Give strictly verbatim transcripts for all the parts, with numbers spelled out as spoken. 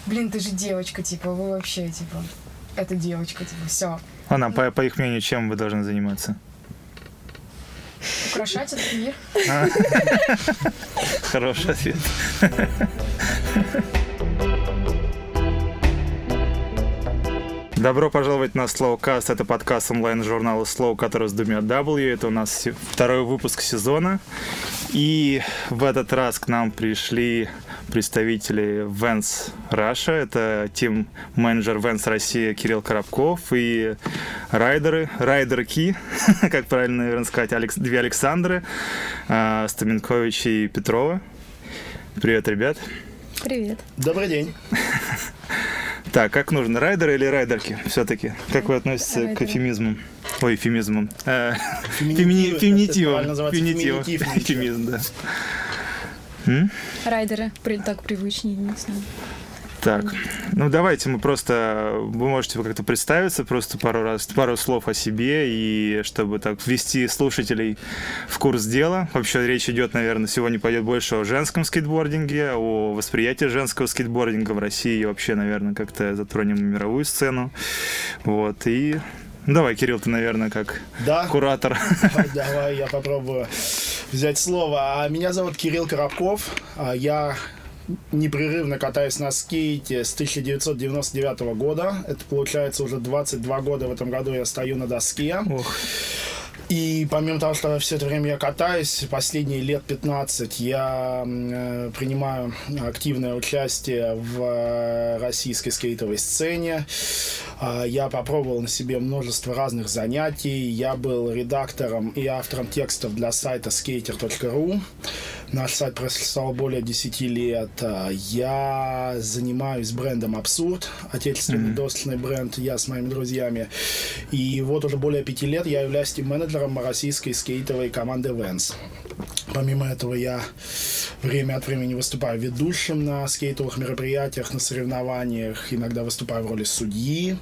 блин, ты же девочка, типа, вы вообще, типа, это девочка, типа, все. Ладно, по, по их мнению, чем вы должны заниматься? Украшать этот мир. Хороший ответ. Добро пожаловать на Slowcast. Это подкаст онлайн-журнала Slow, который с двумя W. Это у нас второй выпуск сезона. И в этот раз к нам пришли представители Vans Russia. Это тим-менеджер Vans Россия Кирилл Коробков и райдеры, райдерки, как правильно, наверное, сказать, Алекс, две Александры, э, Стаменкович и Петрова. Привет, ребят. Привет. Добрый день. Так, как нужно, райдеры или райдерки все-таки? Как вы относитесь Райдеры. к эфемизмам? Ой, эфемизмам. Э, Феминитивы. Феминитивам. Это называется Феминитивам. феминитив. Эфемизм, да. М? Райдеры. При- Так привычнее, не знаю. Так, ну давайте мы просто, вы можете как-то представиться, просто пару раз, пару слов о себе, и чтобы так ввести слушателей в курс дела. Вообще речь идет, наверное, сегодня пойдет больше о женском скейтбординге, о восприятии женского скейтбординга в России, и вообще, наверное, как-то затронем мировую сцену. Вот, и... Ну, давай, Кирилл, ты, наверное, как Да? куратор. Давай, я попробую взять слово. А меня зовут Кирилл Коробков. А Я непрерывно катаюсь на скейте с тысяча девятьсот девяносто девятого года. Это получается уже двадцать два года в этом году я стою на доске. Ох. И помимо того, что все это время я катаюсь, последние лет пятнадцать я э, принимаю активное участие в э, российской скейтовой сцене. Э, я попробовал на себе множество разных занятий. Я был редактором и автором текстов для сайта скейтер точка ру. Наш сайт просуществовал более десяти лет. Я занимаюсь брендом Абсурд, отечественный mm-hmm. доступный бренд, я с моими друзьями. И вот уже более пяти лет я являюсь тим-менеджером российской скейтовой команды Vans. Помимо этого я время от времени выступаю ведущим на скейтовых мероприятиях, на соревнованиях, иногда выступаю в роли судьи.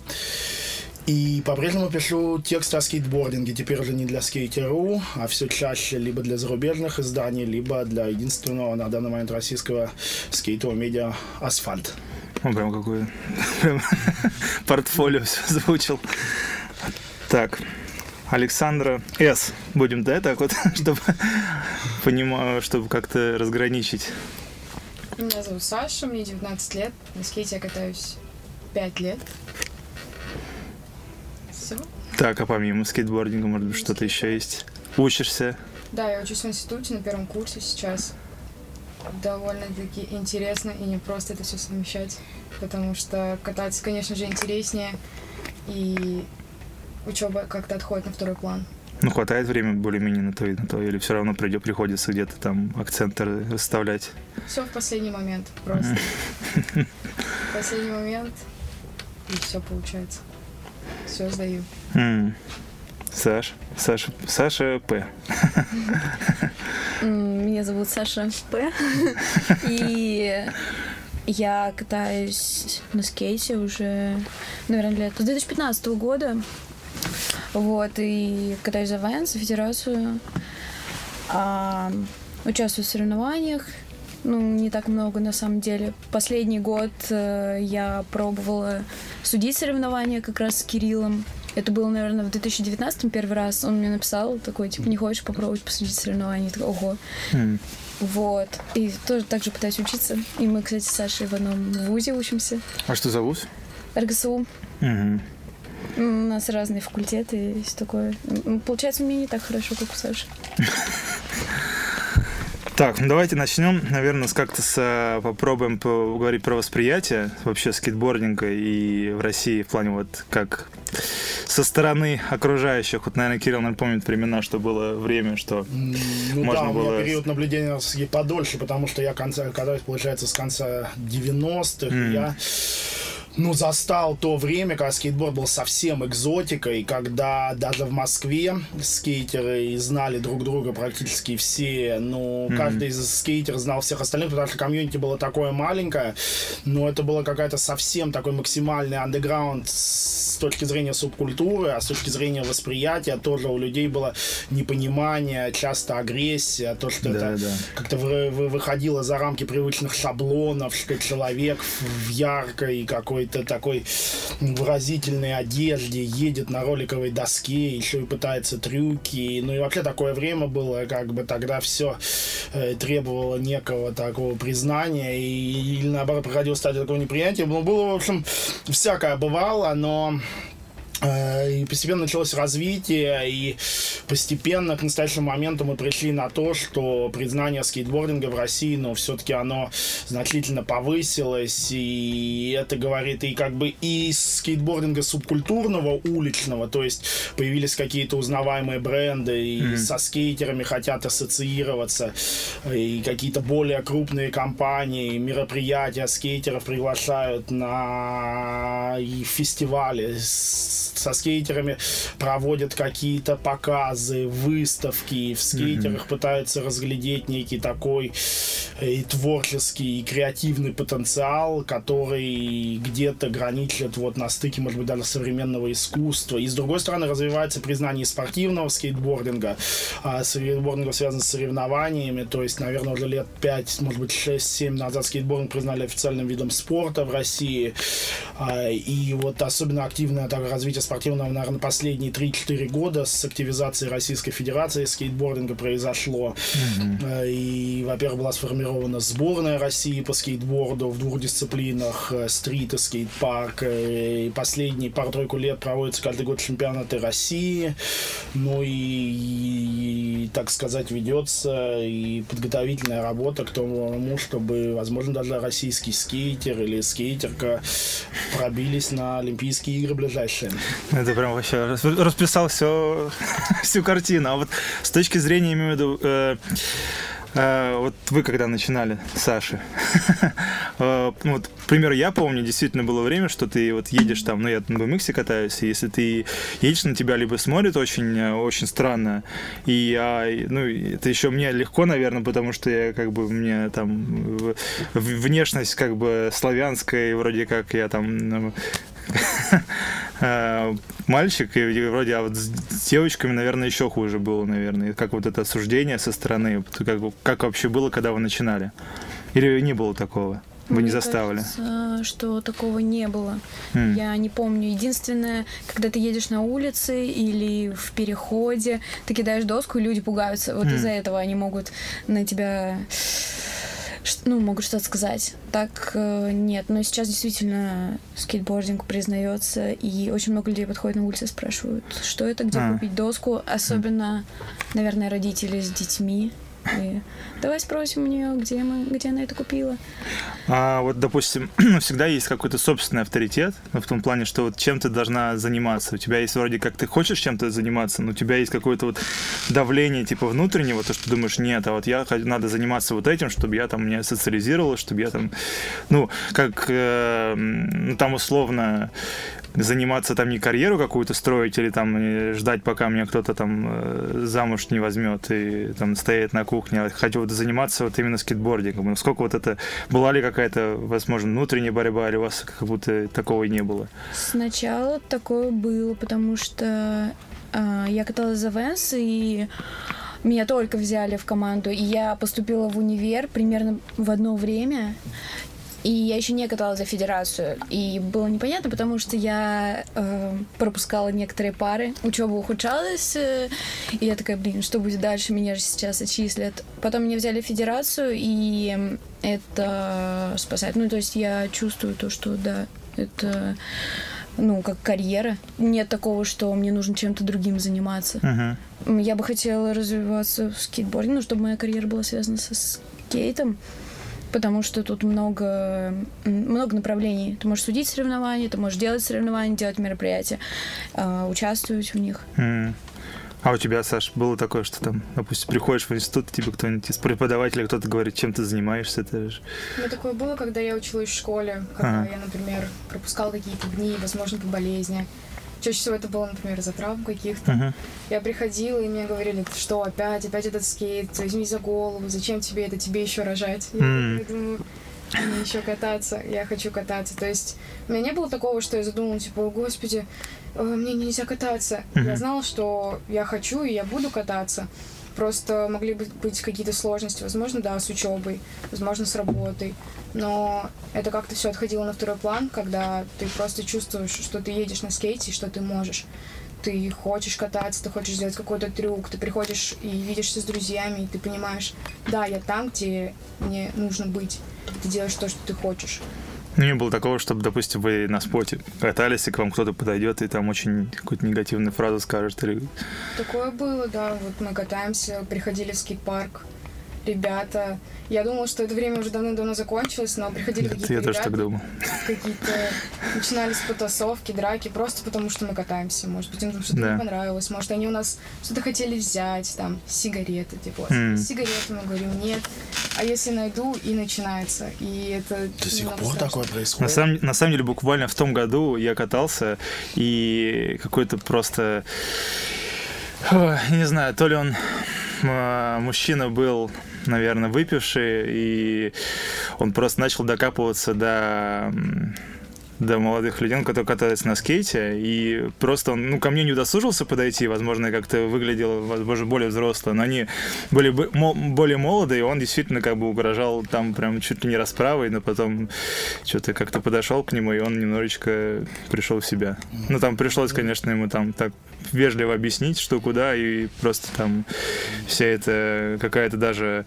И по-прежнему пишу тексты о скейтбординге, теперь уже не для скейтер точка ру, а все чаще либо для зарубежных изданий, либо для единственного на данный момент российского скейтового медиа «Асфальт». Он прям какое прям портфолио все озвучил. Так, Александра С. Будем, да, так вот, чтобы понимаю, чтобы как-то разграничить. Меня зовут Саша, мне девятнадцать лет. На скейте я катаюсь пять лет. Все. Так, а помимо скейтбординга, может быть, что-то еще есть? Учишься? Да, я учусь в институте на первом курсе сейчас. Довольно-таки интересно и не просто это все совмещать, потому что кататься, конечно же, интереснее, и учеба как-то отходит на второй план. Ну, хватает времени более-менее на то и на то, или все равно придет, приходится где-то там акценты расставлять? Все в последний момент просто. В последний момент, и все получается. Все сдаю. Mm. Саш, Саша, Саша П. Меня зовут Саша П. И я катаюсь на скейте уже, наверное, лет с две тысячи пятнадцатого года. Вот, и катаюсь за Vans, федерацию. А, участвую в соревнованиях. Ну, не так много, на самом деле. Последний год э, я пробовала судить соревнования как раз с Кириллом. Это было, наверное, в две тысячи девятнадцатом первый раз. Он мне написал такой, типа, не хочешь попробовать посудить соревнования? Я такая, ого. Mm. Вот. И тоже так же пытаюсь учиться. И мы, кстати, с Сашей в одном вузе учимся. А что за вуз? эр гэ эс у. Mm-hmm. У нас разные факультеты и все такое. Получается, у меня не так хорошо, как у Саши. Так, ну давайте начнем, наверное, с как-то с, попробуем поговорить про восприятие вообще скейтбординга и в России в плане вот как со стороны окружающих. Вот, наверное, Кирилл, наверное, помнит времена, что было время, что ну, можно да, было... у меня период наблюдения подольше, потому что я конца, катаюсь, получается, с конца девяностых. Mm. Я... Ну, застал то время, когда скейтборд был совсем экзотикой, когда даже в Москве скейтеры знали друг друга практически все. Ну, mm-hmm. каждый из скейтеров знал всех остальных, потому что комьюнити было такое маленькое, но это было какая-то совсем такой максимальный андеграунд с точки зрения субкультуры, а с точки зрения восприятия тоже у людей было непонимание, часто агрессия, то, что да, это да. как-то вы, вы выходило за рамки привычных шаблонов, что человек в яркой какой-то такой выразительной одежде едет на роликовой доске, еще и пытается трюки. Ну и вообще такое время было, как бы тогда все э, требовало некого такого признания и, или наоборот проходил стадию такого неприятия. Ну, было, в общем, всякое бывало, но и постепенно началось развитие, и постепенно к настоящему моменту мы пришли на то, что признание скейтбординга в России, ну, все-таки оно значительно повысилось, и это говорит и как бы и скейтбординга субкультурного, уличного, то есть появились какие-то узнаваемые бренды, и mm-hmm. со скейтерами хотят ассоциироваться, и какие-то более крупные компании, мероприятия скейтеров приглашают на и фестивали со скейтерами, проводят какие-то показы, выставки, в скейтерах mm-hmm. пытаются разглядеть некий такой и творческий, и креативный потенциал, который где-то граничит вот на стыке, может быть, даже современного искусства. И с другой стороны, развивается признание спортивного скейтбординга. А скейтбординг связан с соревнованиями, то есть, наверное, уже лет пять, может быть, шесть-семь назад скейтбординг признали официальным видом спорта в России. И вот особенно активное так, развитие спортивного, наверное, последние три-четыре года с активизацией Российской Федерации скейтбординга произошло. Mm-hmm. И, во-первых, была сформирована сборная России по скейтборду в двух дисциплинах, стрит и скейт-парк. И последние пару-тройку лет проводятся каждый год чемпионаты России. Ну и, и, так сказать, ведется и подготовительная работа к тому, чтобы, возможно, даже российский скейтер или скейтерка пробились на Олимпийские игры ближайшие. Это прям вообще расписал все, всю картину. А вот с точки зрения, имею в виду, э, э, вот вы когда начинали, Саша, э, вот, к примеру, я помню, действительно было время, что ты вот едешь там, ну я на би эм икс катаюсь, и если ты едешь, на тебя либо смотрят очень, очень странно, и а, ну, это еще мне легко, наверное, потому что я как бы, мне там внешность как бы славянская, и вроде как я там мальчик, и вроде, а вот с девочками, наверное, еще хуже было, наверное. Как вот это осуждение со стороны, как, как вообще было, когда вы начинали? Или не было такого? Вы Мне не заставили? Кажется, что такого не было. Mm. Я не помню. Единственное, когда ты едешь на улице или в переходе, ты кидаешь доску, и люди пугаются. Вот mm. из-за этого они могут на тебя... ну, могут что-то сказать. Так э, нет, но сейчас действительно скейтбординг признается, и очень много людей подходят на улице и спрашивают, что это, где а. купить доску, особенно, наверное, родители с детьми. И давай спросим у нее, где мы, где она это купила. А вот, допустим, всегда есть какой-то собственный авторитет, в том плане, что вот чем ты должна заниматься. У тебя есть вроде как ты хочешь чем-то заниматься, но у тебя есть какое-то вот давление типа внутреннего, то, что думаешь, нет, а вот я надо заниматься вот этим, чтобы я там не социализировалась, чтобы я там, ну, как, э, ну, там условно заниматься там не карьеру какую-то строить или там ждать, пока меня кто-то там замуж не возьмет и там стоять на кухне, а хочу вот заниматься вот именно скейтбордингом. Насколько вот это, была ли какая-то, возможно, внутренняя борьба, или у вас как будто такого и не было? Сначала такое было, потому что э, я каталась за Венс, и меня только взяли в команду, и я поступила в универ примерно в одно время. И я еще не каталась за федерацию. И было непонятно, потому что я э, пропускала некоторые пары. Учеба ухудшалась. Э, и я такая, блин, что будет дальше? Меня же сейчас отчислят. Потом меня взяли в федерацию, и это спасает. Ну, то есть я чувствую то, что, да, это, ну, как карьера. Нет такого, что мне нужно чем-то другим заниматься. Uh-huh. Я бы хотела развиваться в скейтборде, ну, чтобы моя карьера была связана со скейтом. Потому что тут много, много направлений. Ты можешь судить соревнования, ты можешь делать соревнования, делать мероприятия, э, участвовать в них. Mm. А у тебя, Саш, было такое, что там, допустим, приходишь в институт, тебе кто-нибудь из преподавателей, кто-то говорит, чем ты занимаешься? Это же... Ну, такое было, когда я училась в школе, когда а. я, например, пропускала какие-то дни, возможно, по болезни. Чаще всего это было, например, из-за травм каких-то. Uh-huh. Я приходила, и мне говорили, что опять, опять этот скейт, возьми за голову, зачем тебе это, тебе еще рожать? Mm. Я думаю, мне еще кататься, я хочу кататься. То есть у меня не было такого, что я задумала, типа, о, господи, мне нельзя кататься. Mm-hmm. Я знала, что я хочу, и я буду кататься. Просто могли бы быть какие-то сложности. Возможно, да, с учебой, возможно, с работой. Но это как-то все отходило на второй план, когда ты просто чувствуешь, что ты едешь на скейте, что ты можешь. Ты хочешь кататься, ты хочешь сделать какой-то трюк, ты приходишь и видишься с друзьями, и ты понимаешь, да, я там, где мне нужно быть. Ты делаешь то, что ты хочешь. Ну, не было такого, чтобы, допустим, вы на споте катались, и к вам кто-то подойдет и там очень какую-то негативную фразу скажет? Или... Такое было, да. Вот мы катаемся, приходили в скейт-парк, ребята. Я думала, что это время уже давно-давно закончилось, но приходили Нет, какие-то я ребята. тоже так думал. Какие-то начинались потасовки, драки, просто потому что мы катаемся. Может быть, им там что-то да. не понравилось. Может, они у нас что-то хотели взять, там, сигареты, типа, mm. сигареты, мы говорим, нет. А если найду, и начинается. И это до сих пор такое происходит? На самом, на самом деле, буквально в том году я катался, и какой-то просто... Я не знаю, то ли он... Мужчина был, наверное, выпивший, и он просто начал докапываться до... до молодых людей, которые катались на скейте, и просто он, ну, ко мне не удосужился подойти, возможно, как-то выглядел, возможно, более взросло, но они были более молодые, и он действительно как бы угрожал там прям чуть ли не расправой, но потом что-то как-то подошел к нему, и он немножечко пришел в себя. Ну, там пришлось, конечно, ему там так вежливо объяснить, что куда, и просто там вся эта какая-то даже...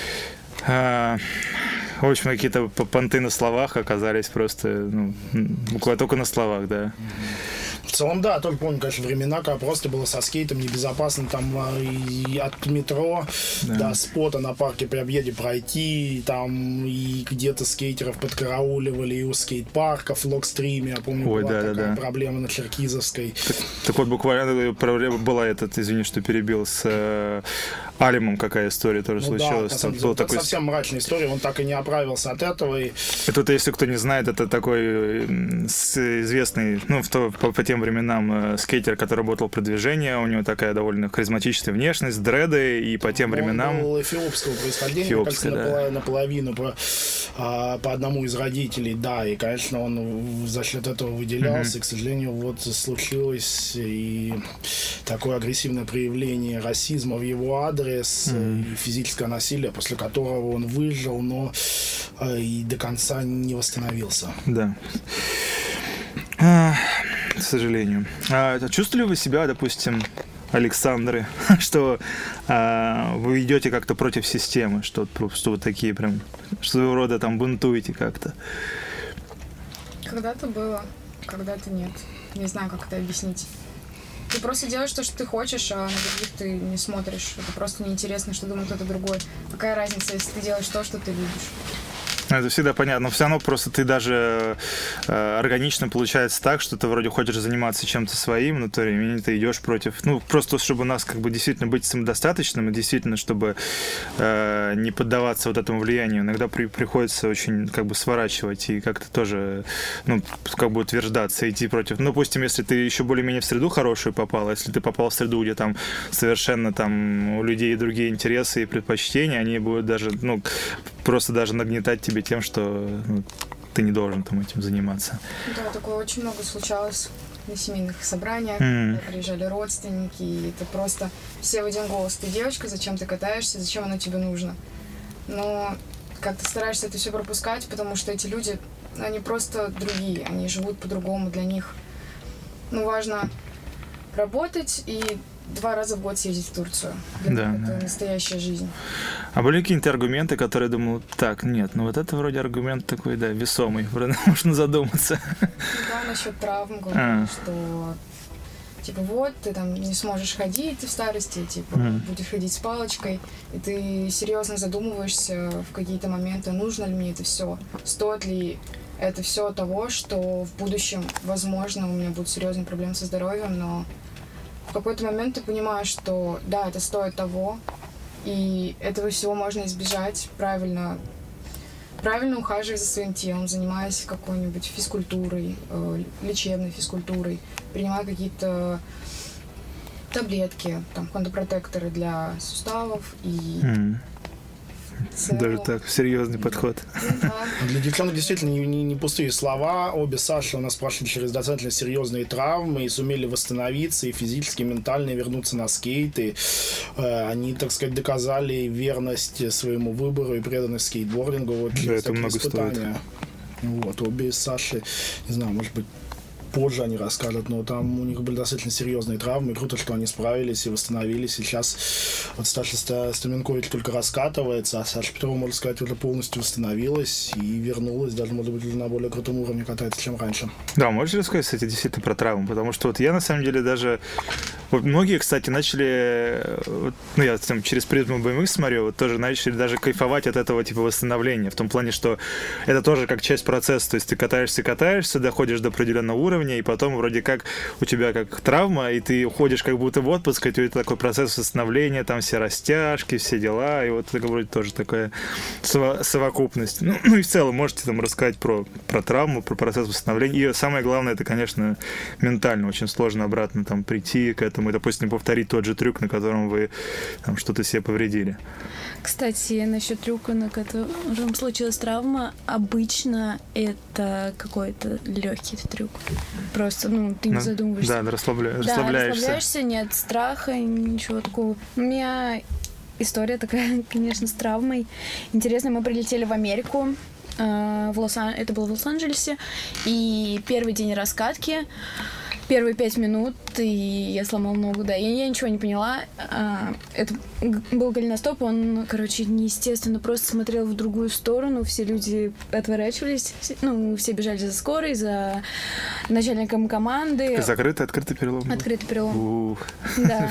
А, в общем, какие-то понты на словах оказались просто, ну, буквально только на словах, да. В целом, да, только помню, конечно, времена, когда просто было со скейтом небезопасно там и от метро да. до спота на парке при объезде пройти, там и где-то скейтеров подкарауливали, и у скейт-парка в Локстриме, я помню, Ой, была да, такая да, да. проблема на Черкизовской. Так, так вот, буквально проблема была, этот, извини, что перебил, с э, Алимом какая история тоже ну, случилась. Да, самом деле, это такой... совсем мрачная история, он так и не оправился от этого. И... Это, если кто не знает, это такой известный, ну, в то, по, по тем временам э, скейтер, который работал в продвижении, у него такая довольно харизматичная внешность, дреды, и по тем он временам... Он был эфиопского происхождения, Эфиопская, кажется, да. наполовину по, а, по одному из родителей, да, и, конечно, он за счет этого выделялся, mm-hmm. и, к сожалению, вот случилось и такое агрессивное проявление расизма в его адрес, mm-hmm. и физическое насилие, после которого он выжил, но а, и до конца не восстановился. Да. А, к сожалению. А, чувствовали вы себя, допустим, Александры, что а, вы идете как-то против системы, что, что вы такие прям, что вы рода там бунтуете как-то? Когда-то было, когда-то нет. Не знаю, как это объяснить. Ты просто делаешь то, что ты хочешь, а на других ты не смотришь. Это просто неинтересно, что думает кто-то другой. Какая разница, если ты делаешь то, что ты любишь? Это всегда понятно, но все равно просто ты даже э, органично получается так, что ты вроде хочешь заниматься чем-то своим, но то времени ты идешь против, ну просто чтобы у нас как бы действительно быть самодостаточным и действительно чтобы э, не поддаваться вот этому влиянию, иногда при, приходится очень как бы сворачивать и как-то тоже, ну как бы утверждаться, идти против, ну допустим, если ты еще более-менее в среду хорошую попал, а если ты попал в среду, где там совершенно там у людей другие интересы и предпочтения, они будут даже, ну просто даже нагнетать тебе тем, что ну, ты не должен там этим заниматься. Да, такое очень много случалось на семейных собраниях, mm. когда приезжали родственники, и это просто все в один голос. Ты девочка, зачем ты катаешься, зачем оно тебе нужно? Но как ты стараешься это все пропускать, потому что эти люди, они просто другие, они живут по-другому, для них ну, важно работать и два раза в год съездить в Турцию. Для да, них это да. настоящая жизнь. А были какие-то аргументы, которые я думал, так, нет, ну вот это вроде аргумент такой, да, весомый, можно задуматься. Да, насчет травм, говорю, а. что типа вот, ты там не сможешь ходить в старости, типа mm. будешь ходить с палочкой, и ты серьезно задумываешься в какие-то моменты, нужно ли мне это все, стоит ли это все того, что в будущем, возможно, у меня будут серьезные проблемы со здоровьем, но в какой-то момент ты понимаешь, что да, это стоит того, и этого всего можно избежать, правильно, правильно ухаживая за своим телом, занимаясь какой-нибудь физкультурой, э, лечебной физкультурой, принимая какие-то таблетки, там, хондропротекторы для суставов и mm. целом. Даже так, серьезный подход. Да. Для девчонок действительно не, не, не пустые слова. Обе Саши у нас прошли через достаточно серьезные травмы и сумели восстановиться и физически, и ментально вернуться на скейт. И, э, они, так сказать, доказали верность своему выбору и преданность скейтбордингу. Вот, да, это много стоит. Вот, обе Саши, не знаю, может быть, позже они расскажут, но там у них были достаточно серьезные травмы, и круто, что они справились и восстановились, и сейчас вот Саша Стаменкович только раскатывается, а Саша Петрова, можно сказать, уже полностью восстановилась и вернулась, даже, может быть, уже на более крутом уровне катается, чем раньше. Да, можешь рассказать, кстати, действительно про травму, потому что вот я, на самом деле, даже... Вот многие, кстати, начали, ну, я там через призму бэ эм икс смотрю, вот тоже начали даже кайфовать от этого, типа, восстановления, в том плане, что это тоже как часть процесса, то есть ты катаешься-катаешься, доходишь до определенного уровня, и потом вроде как у тебя как травма, и ты уходишь как будто в отпуск, и это такой процесс восстановления, там все растяжки, все дела, и вот это вроде тоже такая совокупность. Ну, ну и в целом можете там рассказать про, про травму, про процесс восстановления. И самое главное, это, конечно, ментально очень сложно обратно там прийти к этому и, допустим, повторить тот же трюк, на котором вы там что-то себе повредили. Кстати, насчет трюка, на котором случилась травма, обычно это какой-то легкий трюк. Просто, ну, ты не ну, задумываешься. Да, расслабля... да, расслабляешься. расслабляешься, нет страха, ничего такого. У меня история такая, конечно, с травмой. Интересно, мы прилетели в Америку, э, в Лос-Ан... это было в Лос-Анджелесе, и первый день раскатки, первые пять минут, и я сломала ногу, да, и я ничего не поняла. Это был голеностоп, он, короче, неестественно просто смотрел в другую сторону, все люди отворачивались, ну, все бежали за скорой, за начальником команды. Закрытый, открытый перелом? Открытый перелом. Ух. Да.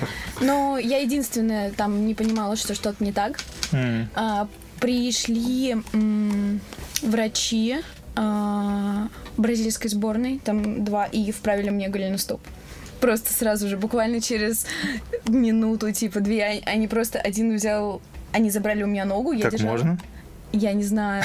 Но я единственная там не понимала, что что-то не так. Mm. А, пришли м- врачи, А, бразильской сборной, там два, и вправили мне голеностоп. Просто сразу же, буквально через минуту, типа две, они просто один взял, они забрали у меня ногу, я так держала. можно? Я не знаю,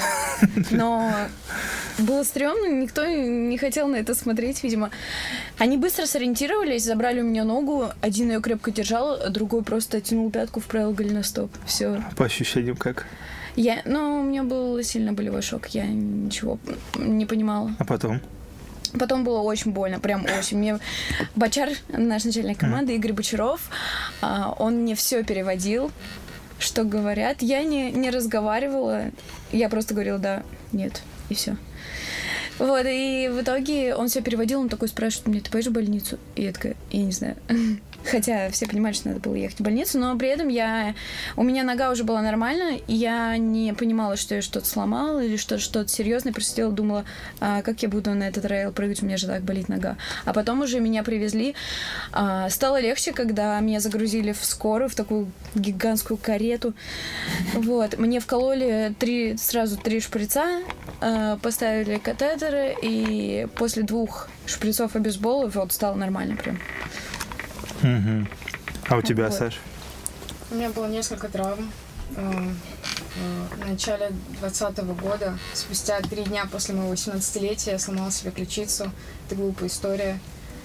но было стрёмно, никто не хотел на это смотреть, видимо. Они быстро сориентировались, забрали у меня ногу, один ее крепко держал, а другой просто оттянул пятку, вправил голеностоп. Все. По ощущениям как? Я, ну, у меня был сильно болевой шок, я ничего не понимала. А потом? Потом было очень больно, прям очень. Мне Бочар, наш начальник команды, Игорь Бочаров, он мне все переводил, что говорят. Я не, не разговаривала, я просто говорила да, нет, и все. Вот, и в итоге он все переводил, он такой спрашивает меня, ты поедешь в больницу? И я такая, я не знаю. Хотя все понимали, что надо было ехать в больницу, но при этом я... У меня нога уже была нормальная, и я не понимала, что я что-то сломала или что что-то серьезное. Просто сидела, думала, а как я буду на этот трейл прыгать, у меня же так болит нога. А потом уже меня привезли. А, стало легче, когда меня загрузили в скорую, в такую гигантскую карету. Вот. Мне вкололи три, сразу три шприца, а, поставили катетеры, и после двух шприцов обезбола вот стало нормально прям. Угу. А у тебя, вот. Саш? У меня было несколько травм. В начале двадцатого года, спустя три дня после моего восемнадцатилетия, я сломала себе ключицу. Это глупая история.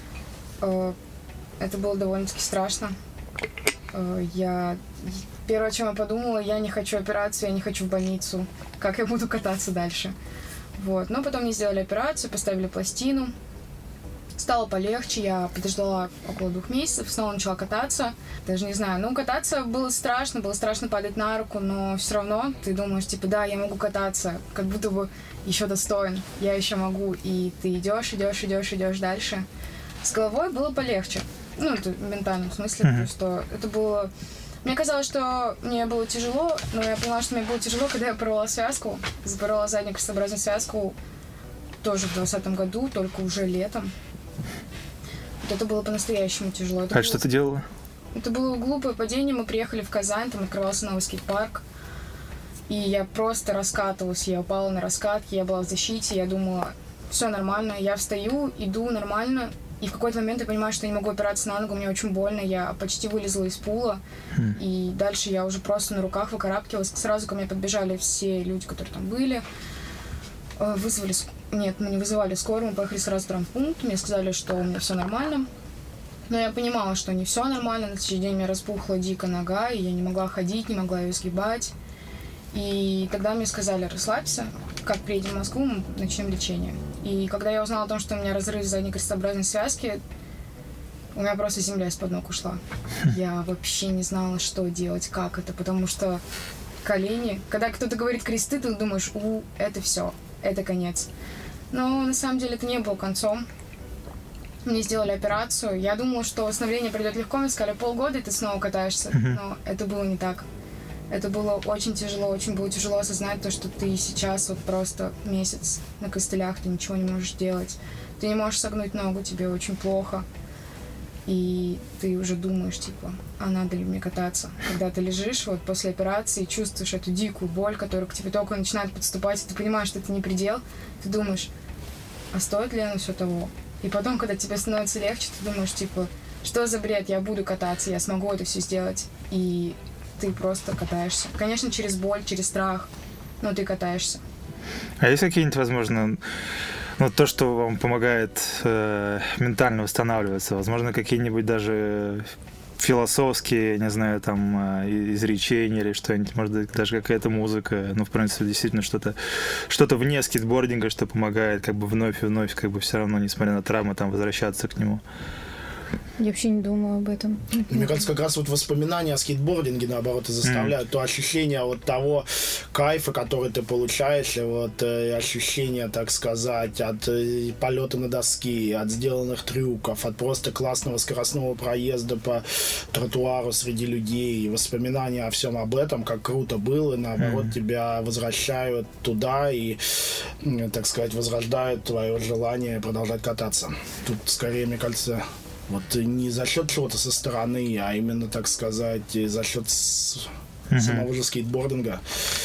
Это было довольно-таки страшно. Я... Первое, о чем я подумала, я не хочу операцию, я не хочу в больницу. Как я буду кататься дальше? Вот. Но потом мне сделали операцию, поставили пластину. Стало полегче, я подождала около двух месяцев, снова начала кататься. Даже не знаю, ну, кататься было страшно, было страшно падать на руку, но все равно ты думаешь, типа, да, я могу кататься, как будто бы еще достоин, я еще могу. И ты идешь, идешь, идешь, идешь дальше. С головой было полегче. Ну, это в ментальном смысле, mm-hmm. что это было... Мне казалось, что мне было тяжело, но я поняла, что мне было тяжело, когда я порвала связку, запорола заднюю крестообразную связку тоже в двадцатом году, только уже летом. Вот это было по-настоящему тяжело. Это а было... что ты делала? Это было глупое падение. Мы приехали в Казань, там открывался новый скейт-парк. И я просто раскатывалась. Я упала на раскатке, я была в защите. Я думала, все нормально. Я встаю, иду нормально. И в какой-то момент я понимаю, что я не могу опираться на ногу. Мне очень больно. Я почти вылезла из пула. Mm. И дальше я уже просто на руках выкарабкивалась. Сразу ко мне подбежали все люди, которые там были. Вызвали... Нет, мы не вызывали скорую, мы поехали сразу в травмпункт. Мне сказали, что у меня все нормально. Но я понимала, что не все нормально. На следующий день у меня распухла дико нога, и я не могла ходить, не могла ее сгибать. И тогда мне сказали: расслабься, как приедем в Москву, мы начнем лечение. И когда я узнала о том, что у меня разрыв задней крестообразной связки, у меня просто земля из-под ног ушла. Я вообще не знала, что делать, как это, потому что колени... Когда кто-то говорит кресты, ты думаешь: у, это все, это конец. Но на самом деле это не было концом. Мне сделали операцию. Я думала, что восстановление придет легко. Мне сказали: полгода, и ты снова катаешься. Но это было не так. Это было очень тяжело. Очень было тяжело осознать то, что ты сейчас вот просто месяц на костылях, ты ничего не можешь делать. Ты не можешь согнуть ногу, тебе очень плохо. И ты уже думаешь, типа, а надо ли мне кататься? Когда ты лежишь вот после операции и чувствуешь эту дикую боль, которая к тебе только начинает подступать, и ты понимаешь, что это не предел, ты думаешь: а стоит ли оно все того? И потом, когда тебе становится легче, ты думаешь, типа, что за бред, я буду кататься, я смогу это все сделать. И ты просто катаешься. Конечно, через боль, через страх, но ты катаешься. А есть какие-нибудь, возможно, ну, то, что вам помогает э, ментально восстанавливаться? Возможно, какие-нибудь даже философские, не знаю, там, э, изречения или что-нибудь, может быть, даже какая-то музыка. Ну, в принципе, действительно что-то, что-то вне скейтбординга, что помогает как бы вновь и вновь, как бы все равно, несмотря на травмы, там, возвращаться к нему. Я вообще не думаю об этом. Мне кажется, как раз вот воспоминания о скейтбординге, наоборот, и заставляют. Mm. То ощущение вот того кайфа, который ты получаешь, и вот э, ощущение, так сказать, от э, полета на доске, от сделанных трюков, от просто классного скоростного проезда по тротуару среди людей, и воспоминания о всем об этом, как круто было, и наоборот, mm. тебя возвращают туда и, э, так сказать, возрождают твое желание продолжать кататься. Тут, скорее, мне кажется, вот не за счет чего-то со стороны, а именно, так сказать, за счет с... uh-huh. самого же скейтбординга.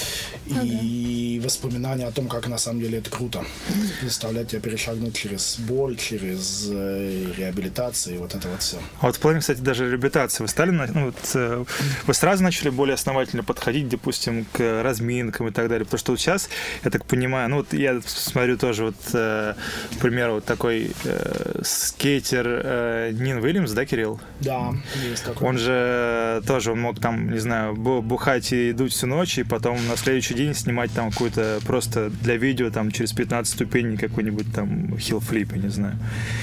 И ага. воспоминания о том, как на самом деле это круто. Заставлять тебя перешагнуть через боль, через э, реабилитацию и вот это вот все. А вот в плане, кстати, даже реабилитации вы стали, ну, вот, э, вы сразу начали более основательно подходить, допустим, к разминкам и так далее, потому что вот сейчас, я так понимаю, ну вот я смотрю тоже вот, э, к примеру, вот такой э, скейтер э, Нин Уильямс, да, Кирилл? Да, есть такой. Он же тоже, он мог там, не знаю, бухать и дуть всю ночь, и потом на следующий день снимать там какую-то просто для видео там через пятнадцать ступеней какой-нибудь там хилл-флип, я не знаю.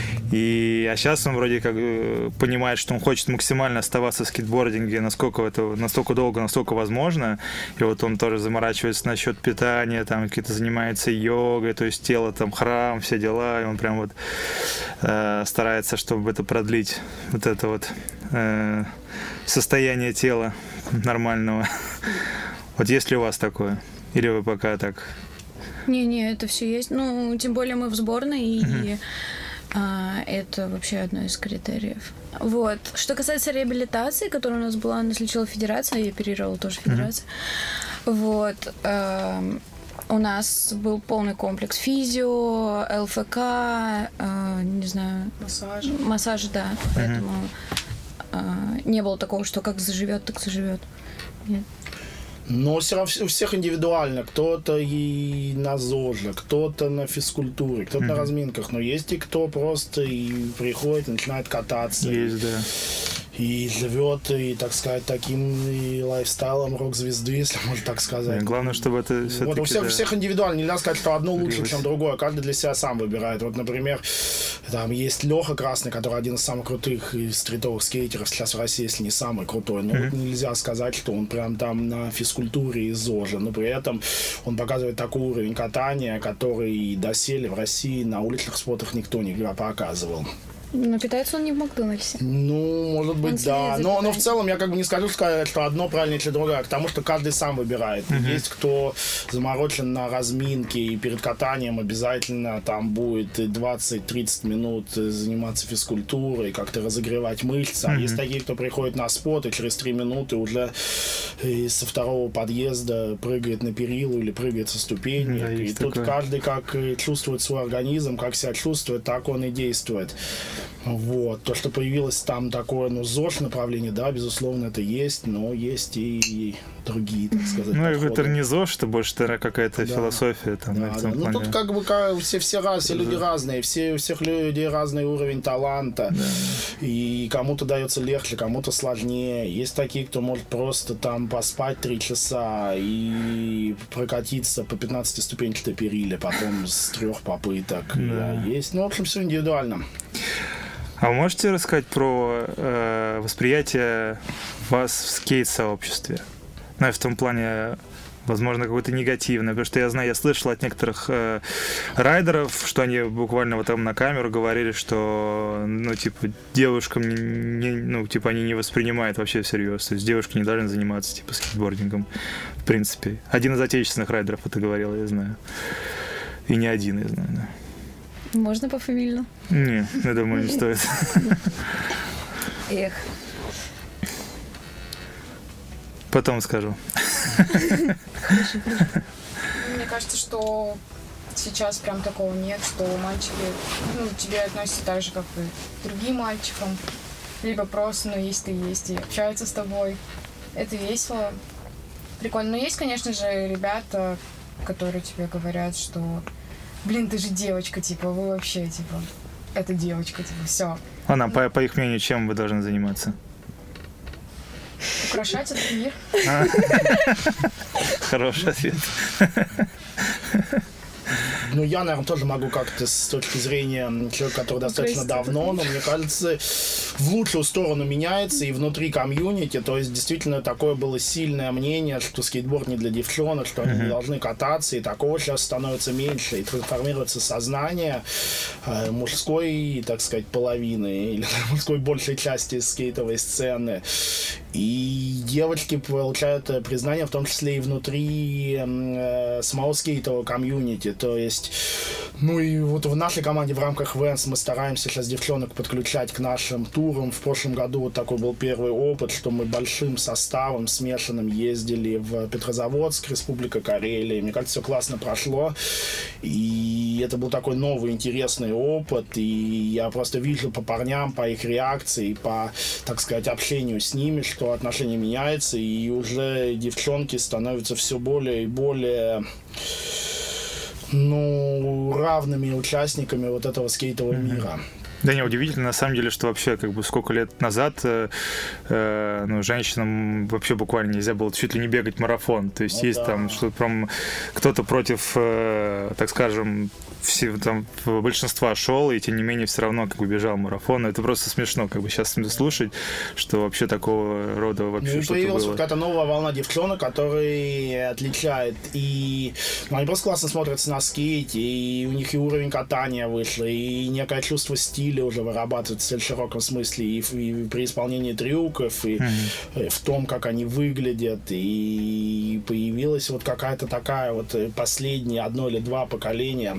И, а сейчас он вроде как понимает, что он хочет максимально оставаться в скейтбординге, насколько это, настолько долго, насколько возможно. И вот он тоже заморачивается насчет питания, там какие-то занимается йогой, то есть тело, там храм, все дела. И он прям вот э, старается, чтобы это продлить, вот это вот э, состояние тела нормального. Вот есть ли у вас такое? Или вы пока так? Не-не, это все есть. Ну, тем более мы в сборной, и uh-huh. а, это вообще одно из критериев. Вот. Что касается реабилитации, которая у нас была, нас лечила федерация, я оперировала тоже федерация. Uh-huh. Вот. А, у нас был полный комплекс физио, ЛФК, а, не знаю... Массаж. Массаж, да. Uh-huh. Поэтому а, не было такого, что как заживет, так заживет. Нет. Но все равно у всех индивидуально. Кто-то и на ЗОЖе, кто-то на физкультуре, кто-то mm-hmm. на разминках. Но есть и кто просто и приходит и начинает кататься. Есть, да. И живет, и, так сказать, таким и лайфстайлом рок-звезды, если можно так сказать. И главное, чтобы это все-таки... Вот у всех, да, всех индивидуально. Нельзя сказать, что одно лучше, Рилось. чем другое. Каждый для себя сам выбирает. Вот, например, там есть Леха Красный, который один из самых крутых стритовых скейтеров сейчас в России, если не самый крутой. Но mm-hmm. вот нельзя сказать, что он прям там на физкультуре и ЗОЖе. Но при этом он показывает такой уровень катания, который доселе в России на уличных спортах никто не показывал. Но питается он не в Макдональдсе. Ну, может быть, он да. Но, но в целом я как бы не скажу, сказать, что одно правильнее, чем другое, потому что каждый сам выбирает. Uh-huh. Есть кто заморочен на разминке, и перед катанием обязательно там будет двадцать-тридцать минут заниматься физкультурой, как-то разогревать мышцы. Uh-huh. А есть такие, кто приходит на спот и через три минуты уже со второго подъезда прыгает на перилу или прыгает со ступенек. Uh-huh. И тут такое. Каждый как чувствует свой организм, как себя чувствует, так он и действует. Вот. То, что появилось там такое, ну, ЗОЖ направление, да, безусловно, это есть, но есть и, и другие, так сказать, Ну, подходы. это не ЗОЖ, это больше какая-то да. философия. Там, да, да. Ну, тут как бы все, все, раз, все люди разные, все, у всех людей разный уровень таланта, да. И кому-то дается легче, кому-то сложнее. Есть такие, кто может просто там поспать три часа и прокатиться по пятнадцатиступенчатой периле, потом с трех попыток. Да. Да, есть, ну, в общем, все индивидуально. А вы можете рассказать про э, восприятие вас в скейт-сообществе? Ну, в том плане, возможно, какое-то негативное, потому что я знаю, я слышал от некоторых э, райдеров, что они буквально вот там на камеру говорили, что, ну, типа, девушкам, не, не, ну, типа, они не воспринимают вообще всерьез, то есть девушки не должны заниматься, типа, скейтбордингом, в принципе. Один из отечественных райдеров это говорил, я знаю. И не один, я знаю, да. Можно пофамильно? Не, я думаю, не стоит. Эх. Потом скажу. Мне кажется, что сейчас прям такого нет, что мальчики, ну, к тебе относятся так же, как и к другим мальчикам. Либо просто, ну, есть ты есть, и общаются с тобой. Это весело. Прикольно. Но есть, конечно же, ребята, которые тебе говорят, что блин, ты же девочка, типа, вы вообще, типа, это девочка, типа, все. Ладно, ну, по, по их мнению, чем вы должны заниматься? Украшать этот мир. Хороший ответ. Ну, я, наверное, тоже могу как-то с точки зрения человека, который достаточно давно, но, мне кажется, в лучшую сторону меняется и внутри комьюнити. То есть, действительно, такое было сильное мнение, что скейтборд не для девчонок, что они mm-hmm. не должны кататься, и такого сейчас становится меньше. И трансформируется сознание э, мужской, так сказать, половины, или мужской большей части скейтовой сцены. И девочки получают признание, в том числе и внутри э, самого скейтового комьюнити. То есть, ну и вот в нашей команде в рамках Венс мы стараемся сейчас девчонок подключать к нашим турам. В прошлом году вот такой был первый опыт, что мы большим составом смешанным ездили в Петрозаводск, Республика Карелия. Мне кажется, все классно прошло. И это был такой новый интересный опыт. И я просто вижу по парням, по их реакции, по, так сказать, общению с ними, что отношение меняется. И уже девчонки становятся все более и более... ну, равными участниками вот этого скейтового mm-hmm. мира. Да не, удивительно, на самом деле, что вообще как бы сколько лет назад э, э, ну, женщинам вообще буквально нельзя было чуть ли не бегать марафон. То есть ну, есть да. там, что прям кто-то против, э, так скажем, все, там, большинства шел, и тем не менее все равно как бы бежал марафон. Это просто смешно, как бы сейчас слушать, что вообще такого рода вообще ну, что-то появилась было. какая-то новая волна девчонок, которые отличает и ну, они просто классно смотрятся на скейте, и у них и уровень катания вышло, и некое чувство стиля уже вырабатывается в широком смысле и, и при исполнении трюков, и mm-hmm. в том, как они выглядят, и появилась вот какая-то такая вот последние одно или два поколения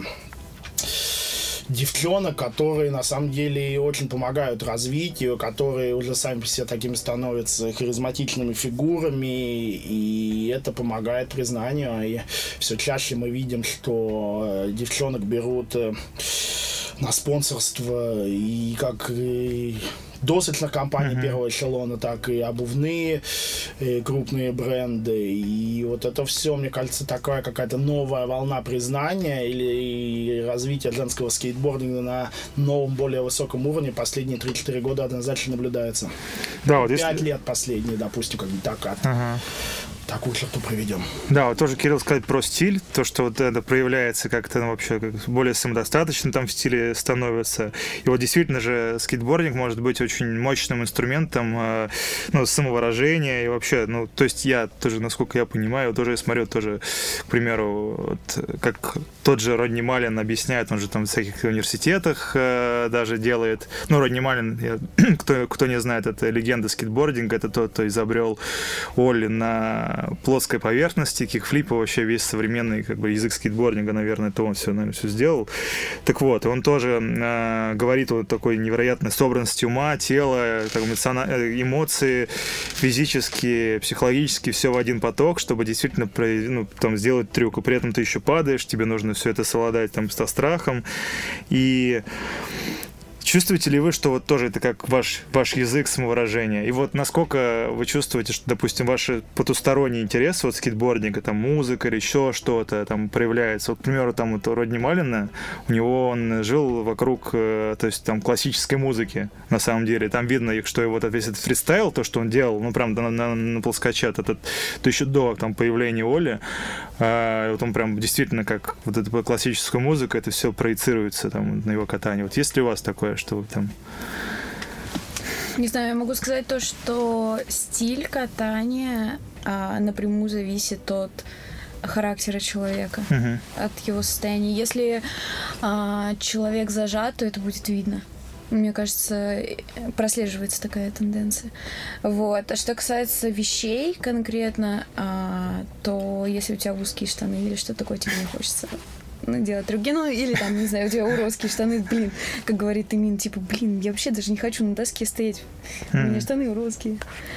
девчонок, которые на самом деле очень помогают развитию, которые уже сами по себе такими становятся харизматичными фигурами, и это помогает признанию. И все чаще мы видим, что девчонок берут на спонсорство и как и досочных компаний mm-hmm. первого эшелона, так и обувные и крупные бренды. И вот это все, мне кажется, такая какая-то новая волна признания или развития женского скейтбординга на новом, более высоком уровне последние три-четыре года однозначно наблюдается. Да, вот Пять если... лет последние, допустим, как-нибудь так от... ага. такую черту проведем. Да, вот тоже Кирилл сказать про стиль, то, что вот это проявляется как-то ну, вообще как более самодостаточно там в стиле становится. И вот действительно же скейтбординг может быть очень мощным инструментом э, ну, самовыражения и вообще, ну, то есть я тоже, насколько я понимаю, тоже смотрю тоже, к примеру, вот, как тот же Родни Маллин объясняет, он же там в всяких университетах э, даже делает. Ну, Родни Маллин, я, кто, кто не знает, это легенда скейтбординга, это тот, кто изобрел Олли на плоской поверхности, кикфлипы, вообще весь современный как бы, язык скейтбординга, наверное, это он все, наверное, все сделал. Так вот, он тоже э, говорит о такой невероятной собранности ума, тела, так, эмоции, физические, психологические, все в один поток, чтобы действительно ну, там, сделать трюк, и при этом ты еще падаешь, тебе нужно все это совладать там, со страхом. И чувствуете ли вы, что вот тоже это как ваш, ваш язык самовыражения? И вот насколько вы чувствуете, что, допустим, ваши потусторонние интересы, вот скейтбординга, там, музыка или еще что-то там проявляется? Вот, к примеру, там вот у Родни Маллина, у него он жил вокруг, то есть там классической музыки, на самом деле. Там видно, что его вот весь этот фристайл, то, что он делал, ну, прям на, на, на плоскоче, этот, то еще до там появления Оли, а, вот он прям действительно как вот эта классическая музыка, это все проецируется там на его катании. Вот есть ли у вас такое, что вы там... Не знаю, я могу сказать то, что стиль катания а, напрямую зависит от характера человека, uh-huh. от его состояния. Если а, человек зажат, то это будет видно. Мне кажется, прослеживается такая тенденция. Вот. А что касается вещей конкретно, а, то если у тебя узкие штаны или что такое, тебе не хочется ну, делать другие, ну или там, не знаю, у тебя уродские штаны, блин, как говорит Эмин, типа, блин, я вообще даже не хочу на доске стоять, у меня штаны уродские.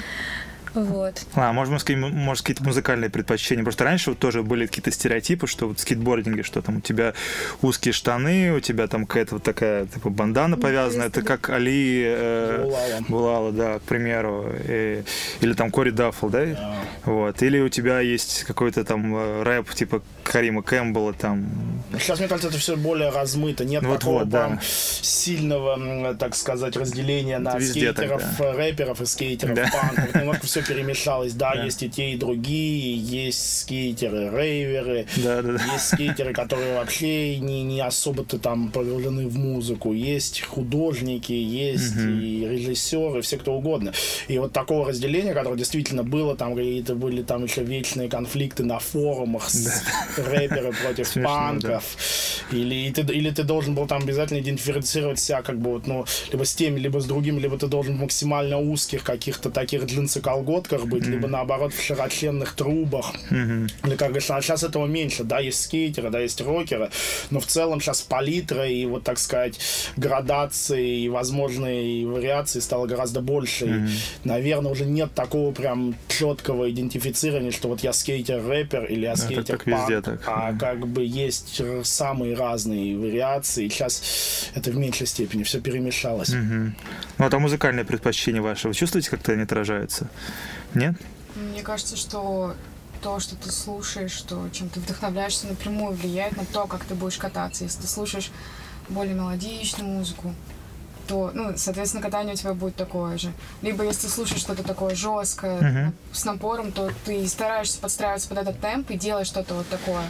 Вот. А, может, может, может, какие-то музыкальные предпочтения. Просто раньше вот тоже были какие-то стереотипы, что вот в скейтбординге, что там у тебя узкие штаны, у тебя там какая-то вот такая типа бандана повязана. Это как Али э, Булала, да, к примеру. И, или там Кори Даффл, да? Yeah. Вот. Или у тебя есть какой-то там рэп типа Карима Кэмпбелла там. Сейчас, мне кажется, это все более размыто. Нет вот, такого вот, прям да. сильного, так сказать, разделения на Везде скейтеров, так, да. рэперов и скейтеров, да. панков. Немножко все перемешалось. Да, да, есть и те, и другие. Есть скейтеры, рейверы. Да, да, да. Есть скейтеры, которые вообще не, не особо-то там погружены в музыку. Есть художники, есть угу. и режиссеры, все кто угодно. И вот такого разделения, которое действительно было, там какие-то были там еще вечные конфликты на форумах с да. рэперы против Смешно, панков. Да. Или, ты, или ты должен был там обязательно идентифицировать себя как бы вот, ну, либо с теми, либо с другими, либо ты должен в максимально узких каких-то таких джинсы-колготках быть, mm-hmm. либо наоборот в широченных трубах. Mm-hmm. Или как говоришь, а сейчас этого меньше. Да, есть скейтеры, да, есть рокеры, но в целом сейчас палитра и вот, так сказать, градации и возможные вариации стало гораздо больше. Mm-hmm. И, наверное, уже нет такого прям четкого идентифицирования, что вот я скейтер-рэпер или я скейтер-панк, а mm-hmm. как бы есть самые разные вариации. И сейчас это в меньшей степени все перемешалось. Mm-hmm. Ну, а музыкальные предпочтения ваши, вы чувствуете, как-то они отражаются? Нет? Мне кажется, что то, что ты слушаешь, что, чем ты вдохновляешься, напрямую влияет на то, как ты будешь кататься. Если ты слушаешь более мелодичную музыку, то, ну, соответственно, катание у тебя будет такое же. Либо если ты слушаешь что-то такое жесткое, uh-huh. с напором, то ты стараешься подстраиваться под этот темп и делаешь что-то вот такое.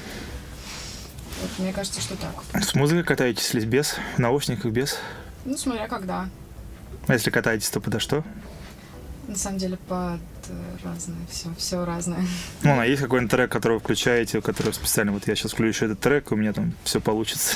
Вот, мне кажется, что так. С музыкой катаетесь ли без? В наушниках без? Ну, смотря когда. А если катаетесь, то подо что? На самом деле под разное, все, все разное. Ну, а есть какой-нибудь трек, который вы включаете, который специально, вот я сейчас включу этот трек, и у меня там все получится.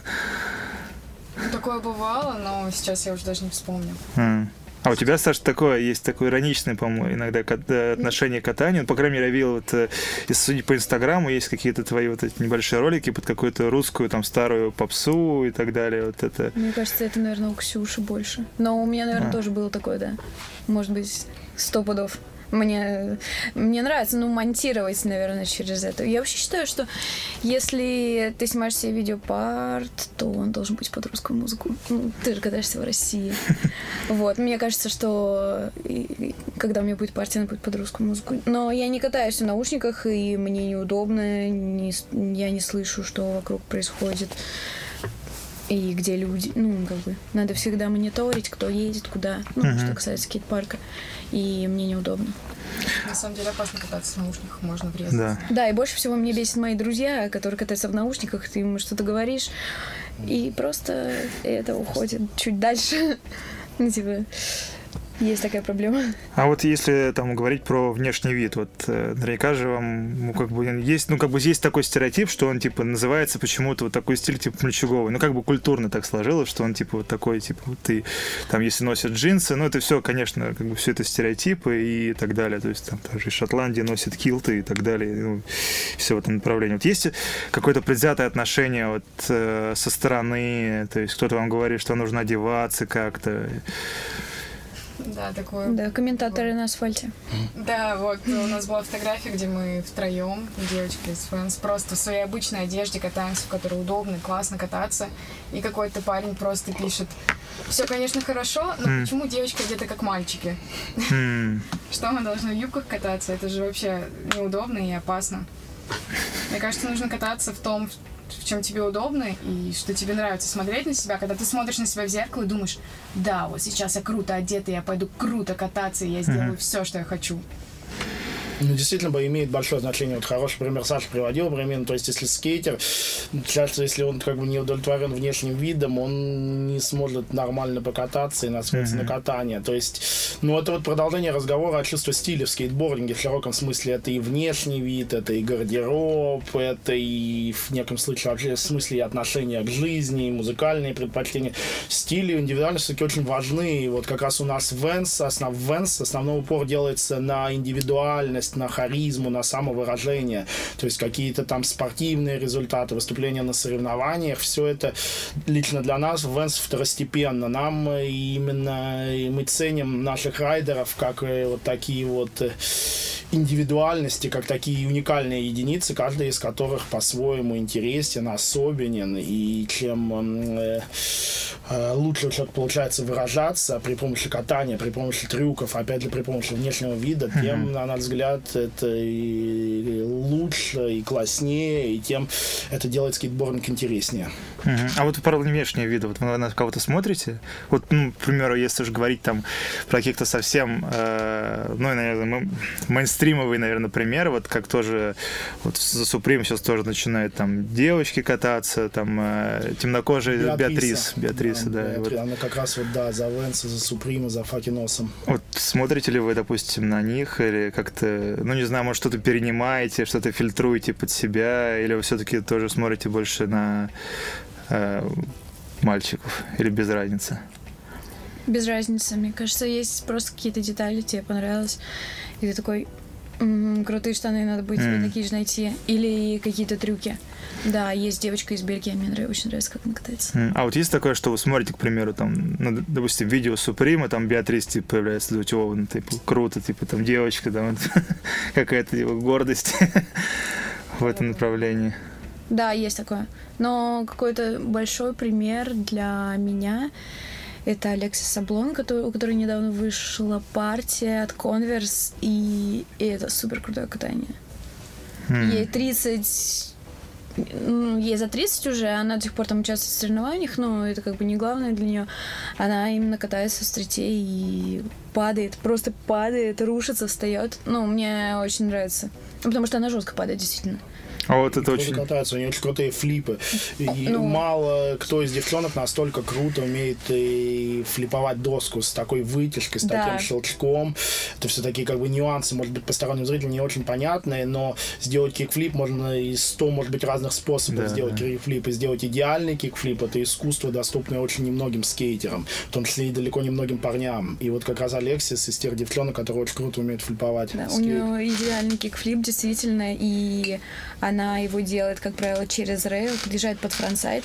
Такое бывало, но сейчас я уже даже не вспомню. Mm. А у тебя, Саша, такое, есть такое ироничное, по-моему, иногда отношение к катанию. Ну, по крайней мере, я видел, вот, если судить по Инстаграму, есть какие-то твои вот эти небольшие ролики под какую-то русскую, там, старую попсу и так далее. Вот это. Мне кажется, это, наверное, у Ксюши больше. Но у меня, наверное, а. тоже было такое, да. Может быть, сто пудов. Мне, мне нравится, ну, монтировать, наверное, через это. Я вообще считаю, что если ты снимаешь себе видеопарт, то он должен быть под русскую музыку. Ну, ты же катаешься в России. Вот. Мне кажется, что когда у меня будет партия, она будет под русскую музыку. Но я не катаюсь в наушниках, и мне неудобно, не, я не слышу, что вокруг происходит. И где люди, ну, как бы, надо всегда мониторить, кто едет, куда, ну, uh-huh. что касается скейт-парка, и мне неудобно. На самом деле опасно кататься в наушниках, можно врезаться. Да. Да, и больше всего мне бесит мои друзья, которые катаются в наушниках, ты ему что-то говоришь, и просто это уходит чуть дальше, ну, типа... Есть такая проблема. А вот если там говорить про внешний вид, вот наверняка же вам, ну, как бы есть, ну, как бы есть такой стереотип, что он типа называется почему-то вот такой стиль типа мальчуговый. Ну, как бы культурно так сложилось, что он типа вот такой, типа, вот ты там, если носят джинсы, ну, это все, конечно, как бы все это стереотипы и так далее. То есть там тоже из Шотландии носят килты и так далее. Ну, все в этом направлении. Вот есть какое-то предвзятое отношение вот э, со стороны, то есть кто-то вам говорит, что нужно одеваться как-то. Да, такое. Да, комментаторы на асфальте. Да, вот у нас была фотография, где мы втроем, девочки из Фэнс, просто в своей обычной одежде катаемся, в которой удобно, классно кататься. И какой-то парень просто пишет: все, конечно, хорошо, но mm. почему девочки одеты как мальчики? Mm. Что мы должны в юбках кататься? Это же вообще неудобно и опасно. Мне кажется, нужно кататься в том, в чем тебе удобно и что тебе нравится смотреть на себя. Когда ты смотришь на себя в зеркало и думаешь, да, вот сейчас я круто одета, я пойду круто кататься, и я сделаю mm-hmm. все, что я хочу. Ну, действительно, имеет большое значение. Вот хороший пример Саша приводил, примерно, то есть, если скейтер, часто, если он как бы не удовлетворен внешним видом, он не сможет нормально покататься и настроиться mm-hmm. на катание. То есть, ну, это вот продолжение разговора о чувстве стиля в скейтбординге в широком смысле. Это и внешний вид, это и гардероб, это и в неком случае вообще в смысле и отношения к жизни, и музыкальные предпочтения. Стили и индивидуальность все-таки очень важны. И вот как раз у нас Vans, основ, Vans основной упор делается на индивидуальность, на харизму, на самовыражение, то есть какие-то там спортивные результаты, выступления на соревнованиях, все это лично для нас в Vans второстепенно. Нам именно мы ценим наших райдеров как вот такие вот индивидуальности, как такие уникальные единицы, каждая из которых по-своему интересен, особенен, и чем э, э, лучше у человека получается выражаться при помощи катания, при помощи трюков, опять же, при помощи внешнего вида, mm-hmm. тем, на наш взгляд, это и лучше, и класснее, и тем это делает скейтбординг интереснее. Mm-hmm. А вот про внешние виды, вот вы на кого-то смотрите? Вот, ну, к примеру, если уж говорить там про каких-то совсем, э, ну, наверное, мейнстримовый, наверное, пример, вот как тоже вот за Supreme сейчас тоже начинают там девочки кататься, там э, темнокожая Беатрис, Беатриса, да. да вот. Она как раз вот, да, за Vans, за Supreme, за fucking awesome. Вот смотрите ли вы, допустим, на них, или как-то, ну, не знаю, может, что-то перенимаете, что-то фильтруете под себя, или вы все-таки тоже смотрите больше на э, мальчиков, или без разницы? Без разницы. Мне кажется, есть просто какие-то детали, тебе понравилось, и ты такой, м-м, крутые штаны, надо будет mm. себе такие же найти. Или какие-то трюки. Да, есть девочка из Бельгии, мне нравится, очень нравится, как она катается. Mm. А вот есть такое, что вы смотрите, к примеру, там, ну, допустим, видео Supreme, там Беатрис, типа, появляется, думаете, о, ну, типа, круто, типа, там, девочка, там, какая-то его гордость в этом направлении. Да, есть такое. Но какой-то большой пример для меня — это Алексис Саблон, который, у которой недавно вышла партия от Converse, и, и это супер крутое катание. Mm. Ей тридцать... Ну, ей за тридцать уже, она до сих пор там участвует в соревнованиях, но это как бы не главное для нее. Она именно катается в стрите и падает, просто падает, рушится, встает. Ну, мне очень нравится. Потому что она жестко падает, действительно. А вот это очень... катаются, у нее очень крутые флипы. И ну... мало кто из девчонок настолько круто умеет и флиповать доску с такой вытяжкой, с да. таким щелчком. Это все такие как бы нюансы, может быть, посторонним зрителям не очень понятные, но сделать кикфлип можно и сто, может быть, разных способов да, сделать да. кикфлип. И сделать идеальный кикфлип — это искусство, доступное очень немногим скейтерам, в том числе и далеко не многим парням. И вот как раз Алексис из тех девчонок, которые очень круто умеют флиповать. Да, у нее идеальный кикфлип, действительно, и она его делает, как правило, через рейл, подъезжает под фронтсайд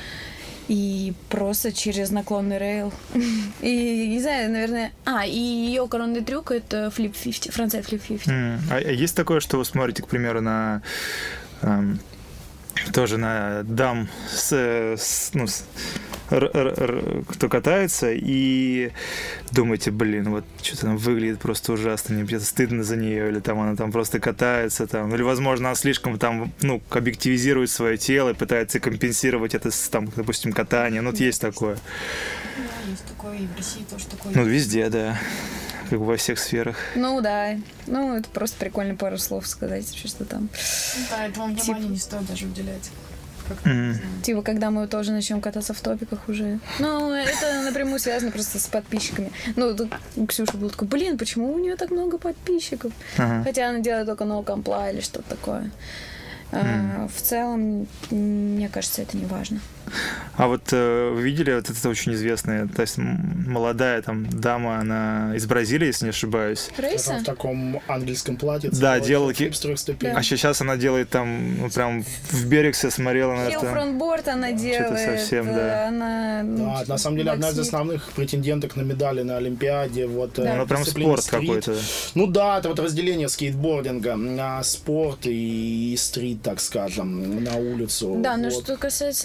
и просто через наклонный рейл. И, не знаю, наверное... А, и ее коронный трюк — это флип пятьдесят, фронтсайд флип пятьдесят. Mm. А есть такое, что вы смотрите, к примеру, на... Эм, тоже на дам с... с ну, с р- р- р- кто катается, и думаете, блин, вот что-то она выглядит просто ужасно, мне где-то стыдно за нее, или там она там просто катается, там, или, возможно, она слишком там, ну, объективизирует свое тело и пытается компенсировать это с, там, допустим, катанием. Ну, вот есть такое. Да, есть такое, и в России тоже такое. Ну, везде, да. Как бы во всех сферах. Ну, да. Ну, это просто прикольно пару слов сказать, что там. Да, этому внимания типа... не стоит даже уделять. Mm. Типа, когда мы тоже начнем кататься в топиках уже. Ну, это напрямую связано просто с подписчиками. Ну, тут у Ксюши был такой, блин, почему у нее так много подписчиков? Uh-huh. Хотя она делает только ноу-компла или что-то такое. Mm. А, в целом, мне кажется, это не важно. А вот э, вы видели, вот это очень известная, то есть молодая там дама, она из Бразилии, если не ошибаюсь. Рейса? В таком ангельском платье. Да, делала... Ки... Да. А сейчас она делает там, ну, прям в берег все смотрела. На Хилл фронтборд она делает. Что-то совсем, да. Она... Да, на самом деле, одна из основных претенденток на медали на Олимпиаде. Вот, да. Она прям спорт стрит. Какой-то. Ну да, это вот разделение скейтбординга на спорт и стрит, так скажем, на улицу. Да, вот. но что касается Рейс,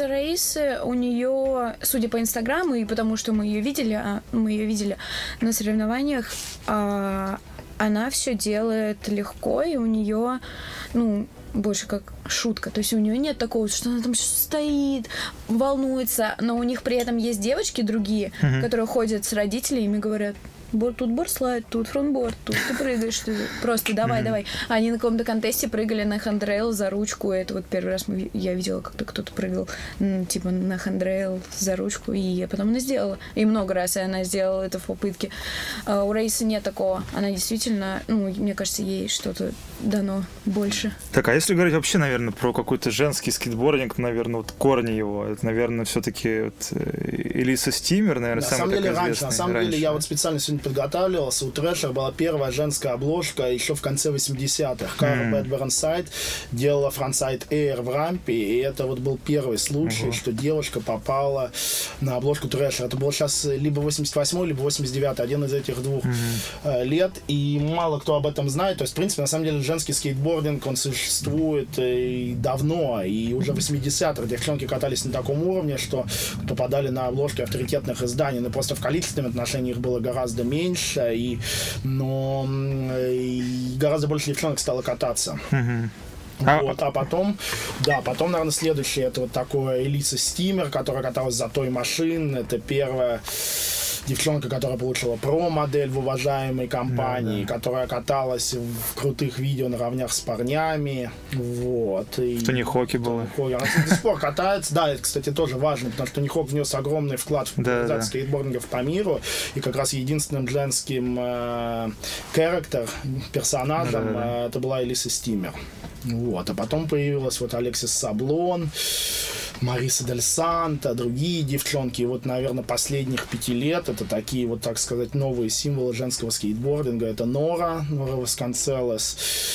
рейсы у нее, судя по Инстаграму и потому, что мы ее видели, а, мы ее видели на соревнованиях, а, она все делает легко, и у нее, ну, больше как шутка. То есть у нее нет такого, что она там стоит, волнуется, но у них при этом есть девочки другие, mm-hmm. которые ходят с родителями и говорят: тут борслайд, тут фронтборд, тут ты прыгаешь, ты просто давай, mm-hmm. давай. Они на каком-то контесте прыгали на хендрейл за ручку. Это вот первый раз мы, я видела, как-то кто-то прыгал типа на хендрейл за ручку, и потом она сделала. И много раз она сделала это в попытке. А у Рейсы нет такого. Она действительно, ну, мне кажется, ей что-то дано больше. Так, а если говорить вообще, наверное, про какой-то женский скейтбординг, наверное, вот корни его, это, наверное, все-таки вот Элиса Стимер, наверное, на самый самом деле раньше, известный. на самом раньше. деле я вот специально сегодня подготавливался. У Трэшер была первая женская обложка еще в конце восьмидесятых. Кара mm. Бэдбернсайд делала фронтсайд Эйр в рампе, и это вот был первый случай, uh-huh. что девушка попала на обложку Трэшер. Это было сейчас либо восемьдесят восьмой, либо восемьдесят девятый, один из этих двух uh-huh. лет, и мало кто об этом знает. То есть, в принципе, на самом деле, женский скейтбординг, он существует и давно, и уже в восьмидесятых девчонки катались на таком уровне, что попадали на обложки авторитетных изданий, но просто в количественном отношении их было гораздо меньше, и, но и гораздо больше девчонок стало кататься. Uh-huh. Вот, а потом, да, потом, наверное, следующее, это вот такое Элиса Стимер, которая каталась за той машин, это первая девчонка, которая получила про-модель в уважаемой компании, да, да. которая каталась в крутых видео на равнях с парнями, вот. И в Тони Хоке было. Она до сих пор катается, да, это, кстати, тоже важно, потому что Тони Хок внес огромный вклад в популяризацию да, да. скейтбордингов по миру, и как раз единственным женским э, character, персонажем да, да, да. Э, это была Элиса Стимер. Вот, а потом появилась вот Алексис Саблон, Мариса Дель Санто, другие девчонки. И вот, наверное, последних пяти лет это такие вот, так сказать, новые символы женского скейтбординга. Это Нора, Нора Васконцелос,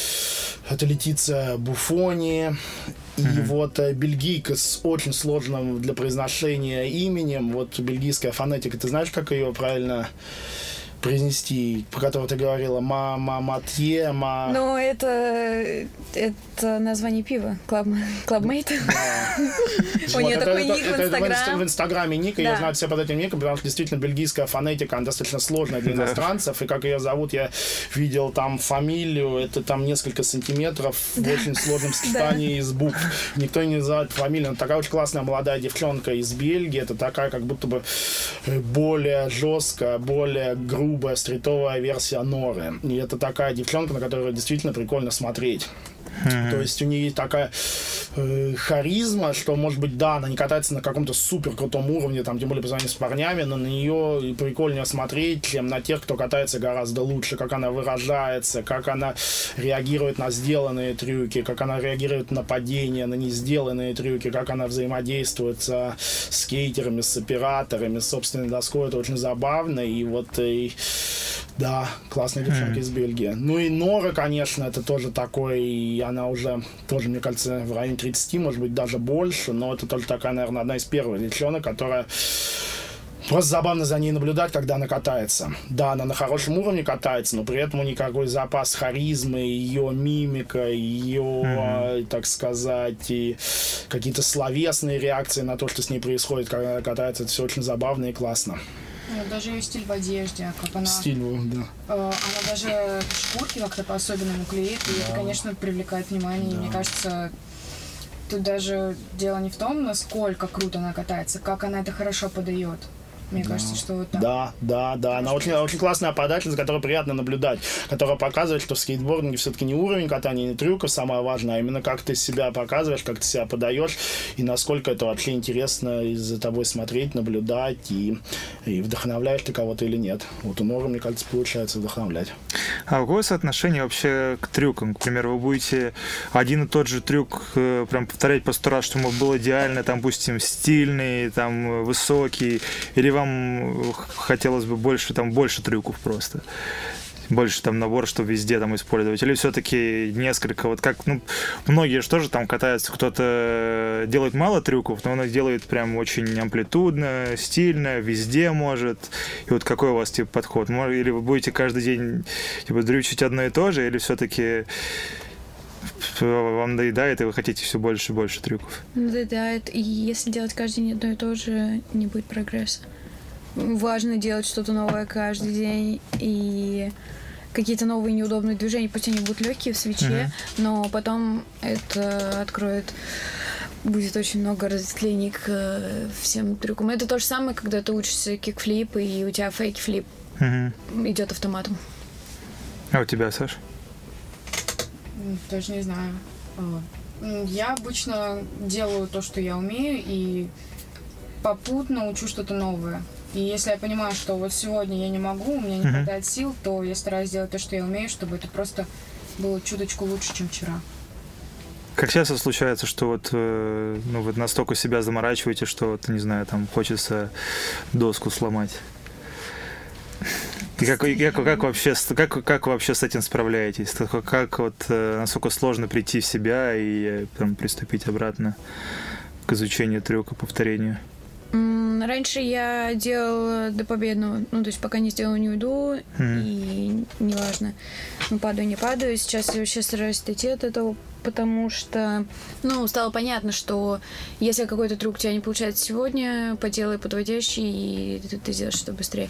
это Летиция Буфони. И mm-hmm. вот бельгийка с очень сложным для произношения именем, вот бельгийская фонетика, ты знаешь, как ее правильно произнести, про которого ты говорила, мама, матье, ма... Ну, это, это название пива, Clubmate. У нее такой ник в Инстаграме. В Инстаграме ник, ее знают все под этим ником, потому что действительно бельгийская фонетика, она достаточно сложная для иностранцев, и как ее зовут, я видел там фамилию, это там несколько сантиметров в очень сложном сочетании из букв. Никто не называет фамилию, но такая очень классная молодая девчонка из Бельгии, это такая как будто бы более жесткая, более грубая, грубая стритовая версия Норы. И это такая девчонка, на которую действительно прикольно смотреть. Mm-hmm. То есть у нее есть такая э, харизма, что, может быть, да, она не катается на каком-то супер крутом уровне, там, тем более по сравнению с парнями, но на нее прикольнее смотреть, чем на тех, кто катается гораздо лучше, как она выражается, как она реагирует на сделанные трюки, как она реагирует на падения, на не сделанные трюки, как она взаимодействует с скейтерами, с операторами, с собственной доской. Это очень забавно, и вот и, да, классная девчонка mm-hmm. из Бельгии. Ну и Нора, конечно, это тоже такой, и она уже тоже, мне кажется, в районе тридцати, может быть, даже больше, но это тоже такая, наверное, одна из первых девчонок, которая просто забавно за ней наблюдать, когда она катается. Да, она на хорошем уровне катается, но при этом никакой запас харизмы, ее мимика, ее, mm-hmm. так сказать, и какие-то словесные реакции на то, что с ней происходит, когда она катается, это все очень забавно и классно. Даже ее стиль в одежде, как она... Стиль, да. Э, она даже шкурки как-то по-особенному клеит, и да. это, конечно, привлекает внимание. Да. И мне кажется, тут даже дело не в том, насколько круто она катается, как она это хорошо подает. Мне да. кажется, что вот так. Да, да, да. Она очень, очень классная подача, за которой приятно наблюдать, которая показывает, что в скейтбординге все-таки не уровень катания, не трюков самое важное, а именно как ты себя показываешь, как ты себя подаешь, и насколько это вообще интересно за тобой смотреть, наблюдать, и, и вдохновляешь ты кого-то или нет. Вот у Норы, мне кажется, получается вдохновлять. А какое соотношение вообще к трюкам? К примеру, вы будете один и тот же трюк э, прям повторять по сто раз, чтобы он был идеально, там, допустим, стильный, там, высокий, или вам хотелось бы больше, там, больше трюков просто? Больше там набор, чтобы везде там использовать? Или все-таки несколько, вот как, ну, многие же тоже там катаются, кто-то делает мало трюков, но он их делает прям очень амплитудно, стильно, везде может. И вот какой у вас типа подход? Или вы будете каждый день типа дрючить одно и то же, или все-таки вам надоедает, и вы хотите все больше и больше трюков? Надоедает. И если делать каждый день одно и то же, не будет прогресса. Важно делать что-то новое каждый день. И какие-то новые неудобные движения, пусть они будут легкие в свече, uh-huh. но потом это откроет... Будет очень много разветвлений к всем трюкам. Это то же самое, когда ты учишься кикфлип, и у тебя фейк-флип uh-huh. идет автоматом. А у тебя, Саш? Тоже не знаю. Я обычно делаю то, что я умею, и попутно учу что-то новое. И если я понимаю, что вот сегодня я не могу, у меня не uh-huh. хватает сил, то я стараюсь делать то, что я умею, чтобы это просто было чуточку лучше, чем вчера. Как часто случается, что вот, ну, вы настолько себя заморачиваете, что, вот, не знаю, там хочется доску сломать? И как, как, как, вообще, как, как вообще с этим справляетесь? Как, как вот, насколько сложно прийти в себя и там, приступить обратно к изучению трюка, повторению? Раньше я делала до победного, ну, то есть пока не сделаю, не уйду, mm-hmm. и неважно, ну, падаю, не падаю. Сейчас я вообще стараюсь дойти от этого, потому что, ну, стало понятно, что если какой-то трюк у тебя не получается сегодня, поделай подводящий, и ты, ты сделаешь это быстрее.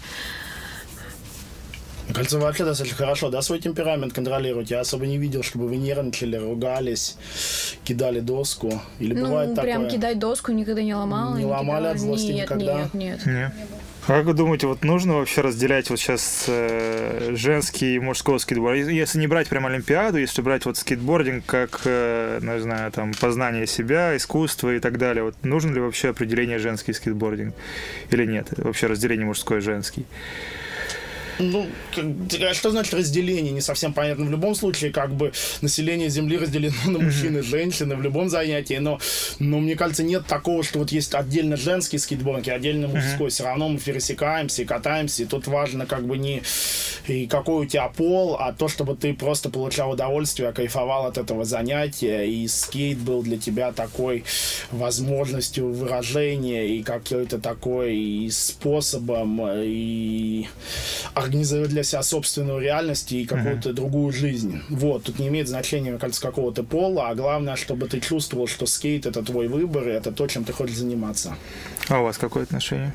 Мне кажется, вы вообще достаточно хорошо, да, свой темперамент контролируете. Я особо не видел, чтобы вы нервничали, ругались, кидали доску. Или ну, бывает такое? Ну, прям кидать доску никогда не ломала. Не, не ломали кидала. От злости нет, никогда? Нет, нет, нет. Как вы думаете, вот нужно вообще разделять вот сейчас э, женский и мужской скейтборд? Если не брать прям Олимпиаду, если брать вот скейтбординг как, э, не знаю, там, познание себя, искусство и так далее, вот нужно ли вообще определение женский скейтбординг или нет? Вообще разделение мужской и женский? Ну, что значит разделение? Не совсем понятно. В любом случае, как бы население Земли разделено на мужчин и женщин в любом занятии, но, но мне кажется, нет такого, что вот есть отдельно женский скейтбординг и отдельно мужской. Все равно мы пересекаемся и катаемся, и тут важно как бы не и какой у тебя пол, а то, чтобы ты просто получал удовольствие, кайфовал от этого занятия, и скейт был для тебя такой возможностью выражения и какой-то такой и способом и организовать для себя собственную реальность и какую-то uh-huh. другую жизнь. Вот, тут не имеет значения, мне кажется, какого-то пола, а главное, чтобы ты чувствовал, что скейт — это твой выбор, и это то, чем ты хочешь заниматься. А у вас какое отношение?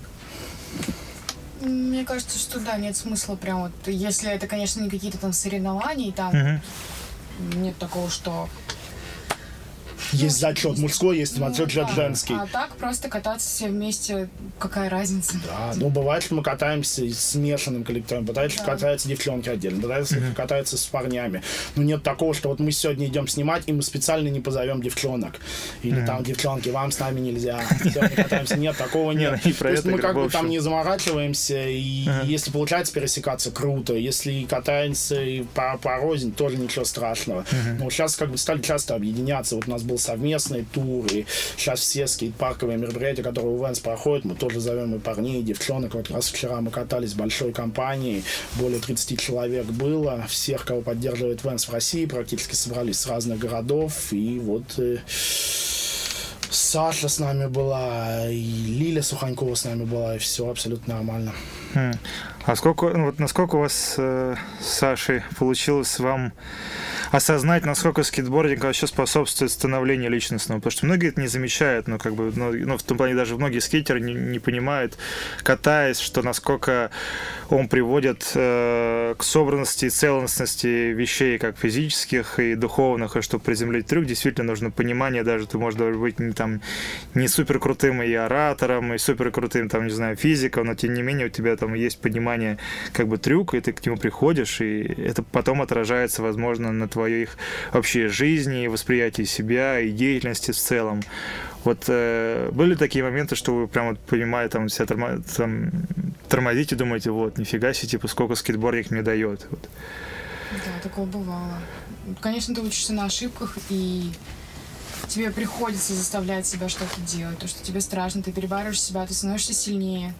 Мне кажется, что да, нет смысла прям вот, если это, конечно, не какие-то там соревнования, там uh-huh. нет такого, что... Есть зачет мужской, есть ну, зачет да. женский. А так просто кататься все вместе, какая разница? Да, ну бывает, что мы катаемся с смешанным коллективом, бывает, что да. катаются девчонки отдельно, бывает, что mm-hmm. катаются с парнями. Но нет такого, что вот мы сегодня идем снимать, и мы специально не позовем девчонок. Или mm-hmm. там, девчонки, вам с нами нельзя, сегодня катаемся. Нет, такого нет. То есть мы как бы там не заморачиваемся, и если получается пересекаться, круто. Если катаемся и порознь, тоже ничего страшного. Но сейчас как бы стали часто объединяться. Вот у нас был совместные туры. Сейчас все скейт-парковые мероприятия, которые у Венс проходят, мы тоже зовем и парней, и девчонок. Вот раз вчера мы катались с большой компанией, более тридцать человек было. Всех, кого поддерживает Венс в России, практически собрались с разных городов. И вот э, Саша с нами была, и Лиля Суханькова с нами была, и все абсолютно нормально. Хм. А сколько, ну, вот насколько у вас э, с Сашей получилось вам осознать, насколько скейтбординг вообще способствует становлению личностного? Потому что многие это не замечают, но как бы, ну, ну в том плане даже многие скейтеры не, не понимают, катаясь, что насколько он приводит э, к собранности и целостности вещей, как физических и духовных, и чтобы приземлить трюк, действительно нужно понимание, даже ты можешь быть не, там, не супер крутым и оратором, и супер крутым, там, не знаю, физиком, но тем не менее у тебя там есть понимание как бы трюка, и ты к нему приходишь, и это потом отражается, возможно, на твоей вообще жизни, восприятии себя и деятельности в целом. Вот э, были такие моменты, что вы прям вот понимаете, там, себя тормо, там, тормозите и думаете, вот, нифига себе, типа, сколько скейтбординг мне дает. Вот. Да, такое бывало. Конечно, ты учишься на ошибках, и тебе приходится заставлять себя что-то делать. То, что тебе страшно, ты перебарываешь себя, ты становишься сильнее.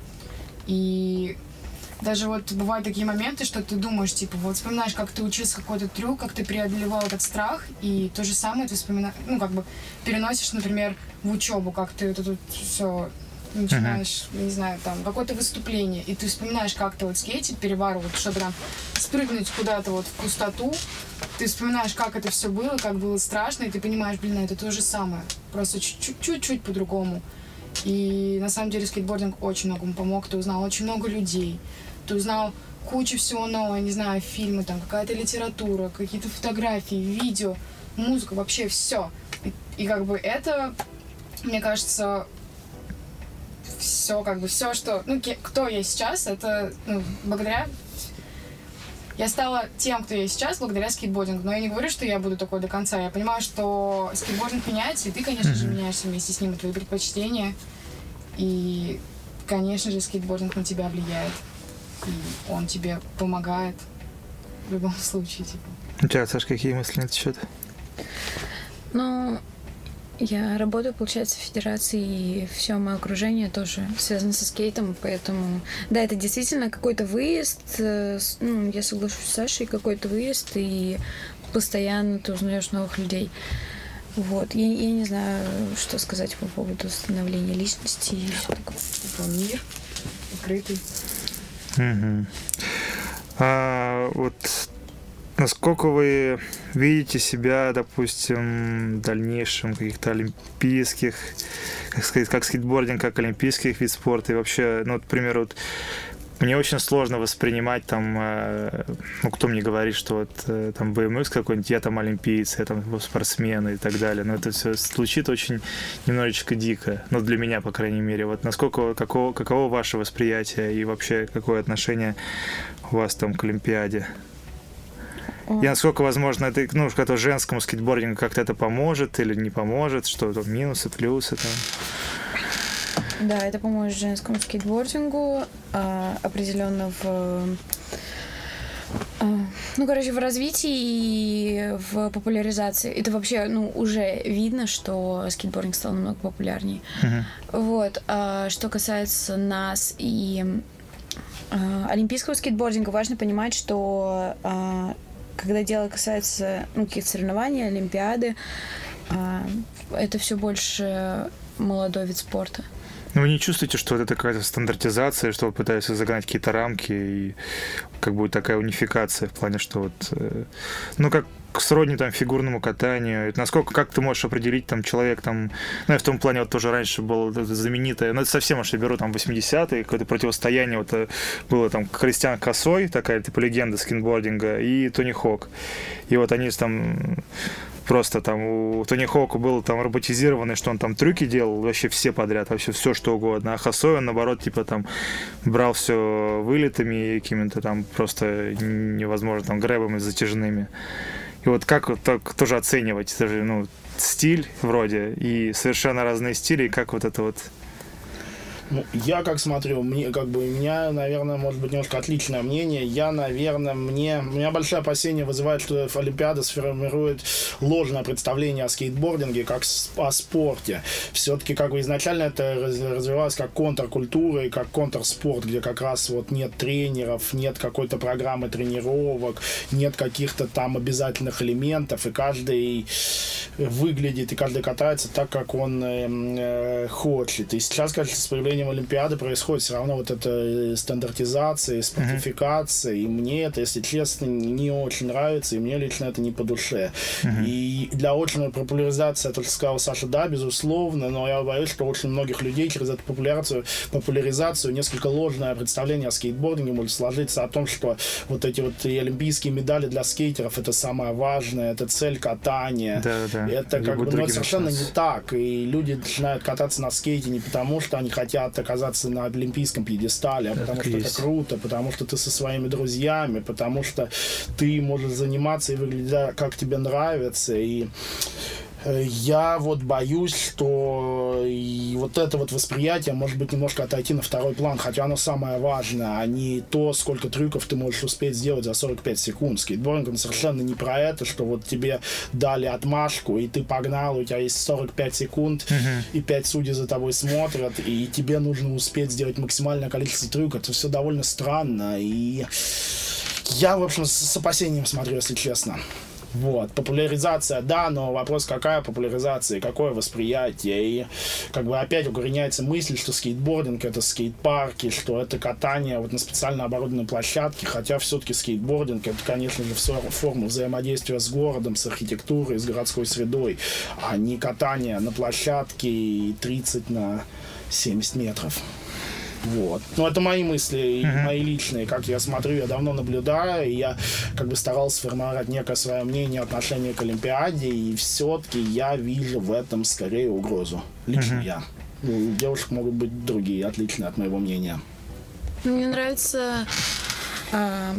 И даже вот бывают такие моменты, что ты думаешь, типа, вот вспоминаешь, как ты учился какой-то трюк, как ты преодолевал этот страх, и то же самое ты вспоминаешь, ну, как бы переносишь, например, в учебу, как ты это тут все начинаешь, uh-huh. не знаю, там, какое-то выступление, и ты вспоминаешь, как ты вот скейтить, перебарывать, чтобы там спрыгнуть куда-то вот в пустоту, ты вспоминаешь, как это все было, как было страшно, и ты понимаешь, блин, это то же самое, просто чуть-чуть по-другому. И на самом деле скейтбординг очень многому помог, ты узнал очень много людей, ты узнал кучу всего нового, не знаю, фильмы, там, какая-то литература, какие-то фотографии, видео, музыка, вообще все. И, и как бы это, мне кажется, все, как бы все, что, ну, кто я сейчас, это, ну, благодаря, я стала тем, кто я сейчас, благодаря скейтбордингу, но я не говорю, что я буду такой до конца, я понимаю, что скейтбординг меняется, и ты, конечно же, меняешься вместе с ним, и твои предпочтения, и, конечно же, скейтбординг на тебя влияет, и он тебе помогает в любом случае, типа. У тебя, Саш, какие мысли на этот счет? Ну, я работаю, получается, в федерации, и все мое окружение тоже связано со скейтом, поэтому, да, это действительно какой-то выезд, ну, я соглашусь с Сашей, какой-то выезд, и постоянно ты узнаешь новых людей. Вот, я, я не знаю, что сказать по поводу становления личности и все такое. Это мир открытый. Угу. А, вот насколько вы видите себя, допустим, в дальнейшем каких-то олимпийских, как сказать, как скейтбординг, как олимпийских вид спорта, и вообще, ну, например, вот мне очень сложно воспринимать там, э, ну, кто мне говорит, что вот э, там би эм икс какой-нибудь, я там олимпиец, я там спортсмен и так далее, но это все звучит очень немножечко дико, ну, для меня, по крайней мере. Вот насколько, каково, каково ваше восприятие и вообще какое отношение у вас там к Олимпиаде? И насколько, возможно, это, ну, как-то женскому скейтбордингу как-то это поможет или не поможет, что там минусы, плюсы там? Да, это поможет женскому скейтбордингу а, определенно в, а, ну, короче, в развитии и в популяризации. Это вообще, ну, уже видно, что скейтбординг стал намного популярнее. Uh-huh. Вот. А, что касается нас и а, олимпийского скейтбординга, важно понимать, что а, когда дело касается, ну, каких-то соревнований, олимпиады, а, это все больше молодой вид спорта. Ну, вы не чувствуете, что это какая-то стандартизация, что вы пытаетесь загнать какие-то рамки и как будет такая унификация в плане, что вот, ну, как сродни там фигурному катанию, это насколько, как ты можешь определить там человек там, ну, я в том плане вот тоже раньше было знаменитое, ну, это совсем уж я беру там восьмидесятые, какое-то противостояние вот было там Кристиан Косой, такая типа легенда скейтбординга, и Тони Хок, и вот они там просто там у Тони Хоука был там роботизированный, что он там трюки делал, вообще все подряд, вообще все что угодно. А Хосой, он наоборот, типа там брал все вылетами какими-то там просто невозможно, там грэбами затяжными. И вот как вот так тоже оценивать, это же, ну, стиль вроде, и совершенно разные стили, и как вот это вот... Ну, я как смотрю, мне, как бы, у меня, наверное, может быть, немножко отличное мнение. Я, наверное, мне... У меня большое опасение вызывает, что Олимпиада сформирует ложное представление о скейтбординге как о спорте. Все-таки, как бы, изначально это развивалось как контркультура и как контрспорт, где как раз вот нет тренеров, нет какой-то программы тренировок, нет каких-то там обязательных элементов, и каждый выглядит, и каждый катается так, как он э, хочет. И сейчас, конечно, с появлением Олимпиады происходит все равно вот эта стандартизация, спортификация, uh-huh. и мне это, если честно, не очень нравится, и мне лично это не по душе. Uh-huh. И для очень популяризации, то, что сказал Саша, да, безусловно, но я боюсь, что очень многих людей через эту популяризацию, популяризацию несколько ложное представление о скейтбординге может сложиться о том, что вот эти вот и олимпийские медали для скейтеров это самое важное, это цель катания. Да, да. Это как бы, ну, это совершенно не так. И люди начинают кататься на скейте не потому, что они хотят оказаться на олимпийском пьедестале, а потому так что есть. Это круто, потому что ты со своими друзьями, потому что ты можешь заниматься и выглядеть как тебе нравится. И я вот боюсь, что и вот это вот восприятие может быть немножко отойти на второй план, хотя оно самое важное, а не то, сколько трюков ты можешь успеть сделать за сорок пять секунд. Скейтбординг, он совершенно не про это, что вот тебе дали отмашку, и ты погнал, у тебя есть сорок пять секунд, uh-huh. и пять судей за тобой смотрят, и тебе нужно успеть сделать максимальное количество трюков. Это все довольно странно, и я, в общем, с опасением смотрю, если честно. Вот. Популяризация, да, но вопрос, какая популяризация, какое восприятие. И как бы опять укореняется мысль, что скейтбординг — это скейт-парки, что это катание вот на специально оборудованной площадке, хотя все-таки скейтбординг — это, конечно же, форма взаимодействия с городом, с архитектурой, с городской средой, а не катание на площадке тридцать на семьдесят метров. Вот. Ну, это мои мысли, uh-huh. мои личные, как я смотрю, я давно наблюдаю, и я как бы старался сформировать некое свое мнение, отношение к Олимпиаде, и все-таки я вижу в этом скорее угрозу. Лично uh-huh. я. Ну, у девушек могут быть другие, отличные от моего мнения. Мне нравится э,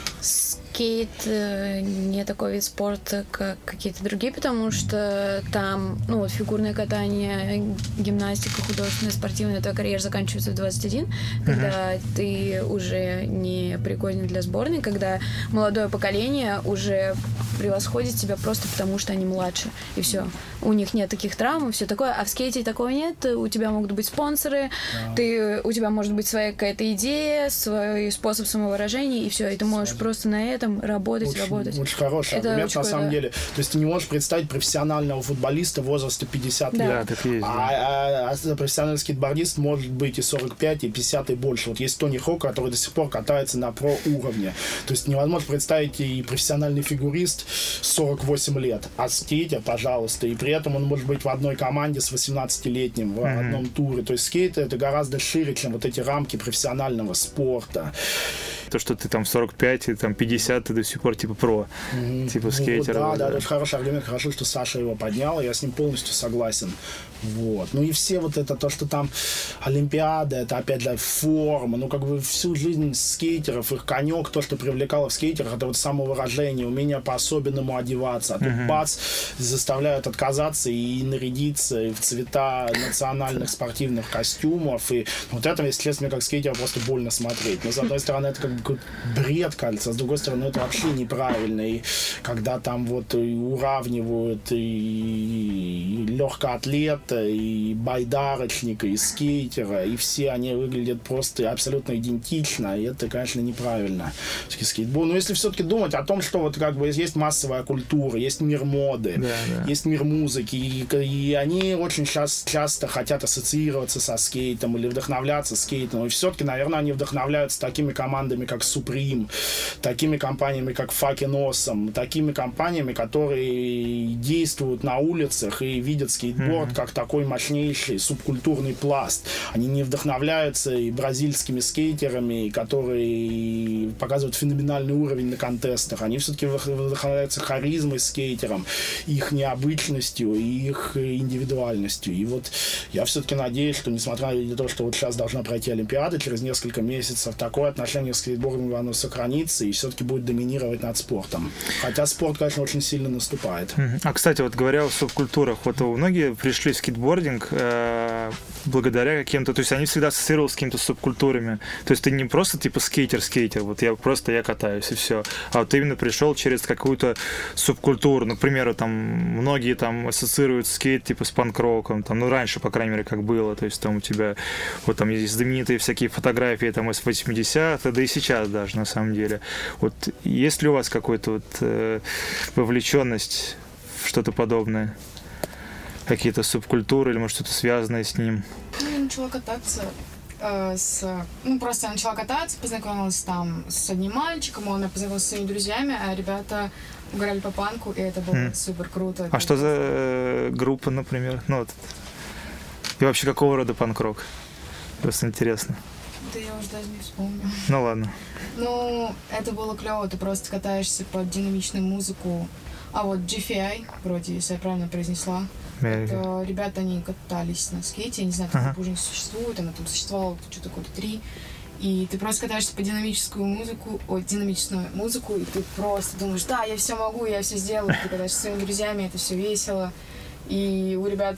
скейт э, не такой вид спорта, как какие-то другие, потому что там, ну вот фигурное катание, гимнастика, художественная, спортивная, твоя карьера заканчивается в двадцать один, uh-huh. когда ты уже не пригоден для сборной, когда молодое поколение уже превосходит тебя просто потому, что они младше, и все. У них нет таких травм и все такое, а в скейте такого нет, у тебя могут быть спонсоры, yeah. ты, у тебя может быть своя какая-то идея, свой способ самовыражения, и все, и ты можешь Связь. просто на этом работать, очень, работать. Очень хороший это аргумент, очень на круто. самом деле. То есть ты не можешь представить профессионального футболиста возраста пятьдесят да. лет. Да, так есть, да. А, а, а профессиональный скейтбордист может быть и сорок пять, и пятьдесят, и больше. Вот есть Тони Хок, который до сих пор катается на про-уровне. То есть невозможно представить и профессиональный фигурист сорок восемь лет. А скейтер, пожалуйста. И при этом он может быть в одной команде с восемнадцатилетним в mm-hmm. одном туре. То есть скейт — это гораздо шире, чем вот эти рамки профессионального спорта. То, что ты там в сорок пять и там пятьдесят, ты до сих пор типа про, mm-hmm. типа скейтер. Ну, да, да, да, это хороший аргумент. Хорошо, что Саша его поднял, я с ним полностью согласен. Вот. Ну и все вот это, то, что там Олимпиада, это опять же форма, ну как бы всю жизнь скейтеров, их конек, то, что привлекало в скейтерах, это вот самовыражение, умение по-особенному одеваться. А тут uh-huh. бац, заставляют отказаться и нарядиться и в цвета национальных спортивных костюмов. И вот это, если честно, мне как скейтер просто больно смотреть. Но с одной стороны, это как бы какой-то бред, кажется, а с другой стороны, это вообще неправильно. И когда там вот и уравнивают и легкоатлета, и байдарочника, и скейтера, и все они выглядят просто абсолютно идентично, и это, конечно, неправильно. Скейтбол. Но если все-таки думать о том, что вот как бы есть массовая культура, есть мир моды, да, да. есть мир музыки, и, и они очень сейчас, часто хотят ассоциироваться со скейтом или вдохновляться скейтом, и все-таки, наверное, они вдохновляются такими командами, как Supreme, такими компаниями, как Fucking Awesome, такими компаниями, которые действуют на улицах и видят скейтборд mm-hmm. как такой мощнейший субкультурный пласт. Они не вдохновляются и бразильскими скейтерами, которые показывают феноменальный уровень на контестах. Они все-таки вдохновляются харизмой скейтером, их необычностью и их индивидуальностью. И вот я все-таки надеюсь, что несмотря на то, что вот сейчас должна пройти Олимпиада, через несколько месяцев такое отношение к скейтбордингу оно сохранится и все-таки будет доминировать над спортом. Хотя спорт, конечно, очень сильно наступает. А, кстати, вот говоря о субкультурах, вот многие пришли в скейтбординг э, благодаря каким-то, то есть они всегда ассоциировались с какими-то субкультурами. То есть ты не просто типа скейтер-скейтер, вот я просто я катаюсь и все, а вот ты именно пришел через какую-то субкультуру. Ну, к примеру, там многие там ассоциируют скейт типа с панк-роком, там, ну раньше, по крайней мере, как было, то есть там у тебя вот там есть знаменитые всякие фотографии там из восьмидесятых, да и сейчас даже на самом деле. Вот есть ли у вас какой-то вот э, вовлеченность в что-то подобное? Какие-то субкультуры или, может, что-то связанное с ним? Ну, я начала кататься э, с... Ну, просто я начала кататься, познакомилась там с одним мальчиком, он познакомился с своими друзьями, а ребята угорали по панку, и это было mm. супер круто. А что за э, группа, например? Ну, вот. И вообще, какого рода панк-рок? Просто интересно. Да я уже даже не вспомню. Ну, ладно. Ну, это было клево, ты просто катаешься под динамичную музыку. А вот джи эф ай, вроде, если я правильно произнесла, это, ребята, они катались на скейте, я не знаю, там ага. уже не существует, она там существовала что-то года три, и ты просто катаешься под динамическую музыку, ой, динамичную музыку, и ты просто думаешь, да, я все могу, я все сделаю, ты катаешься с своими друзьями, это все весело, и у ребят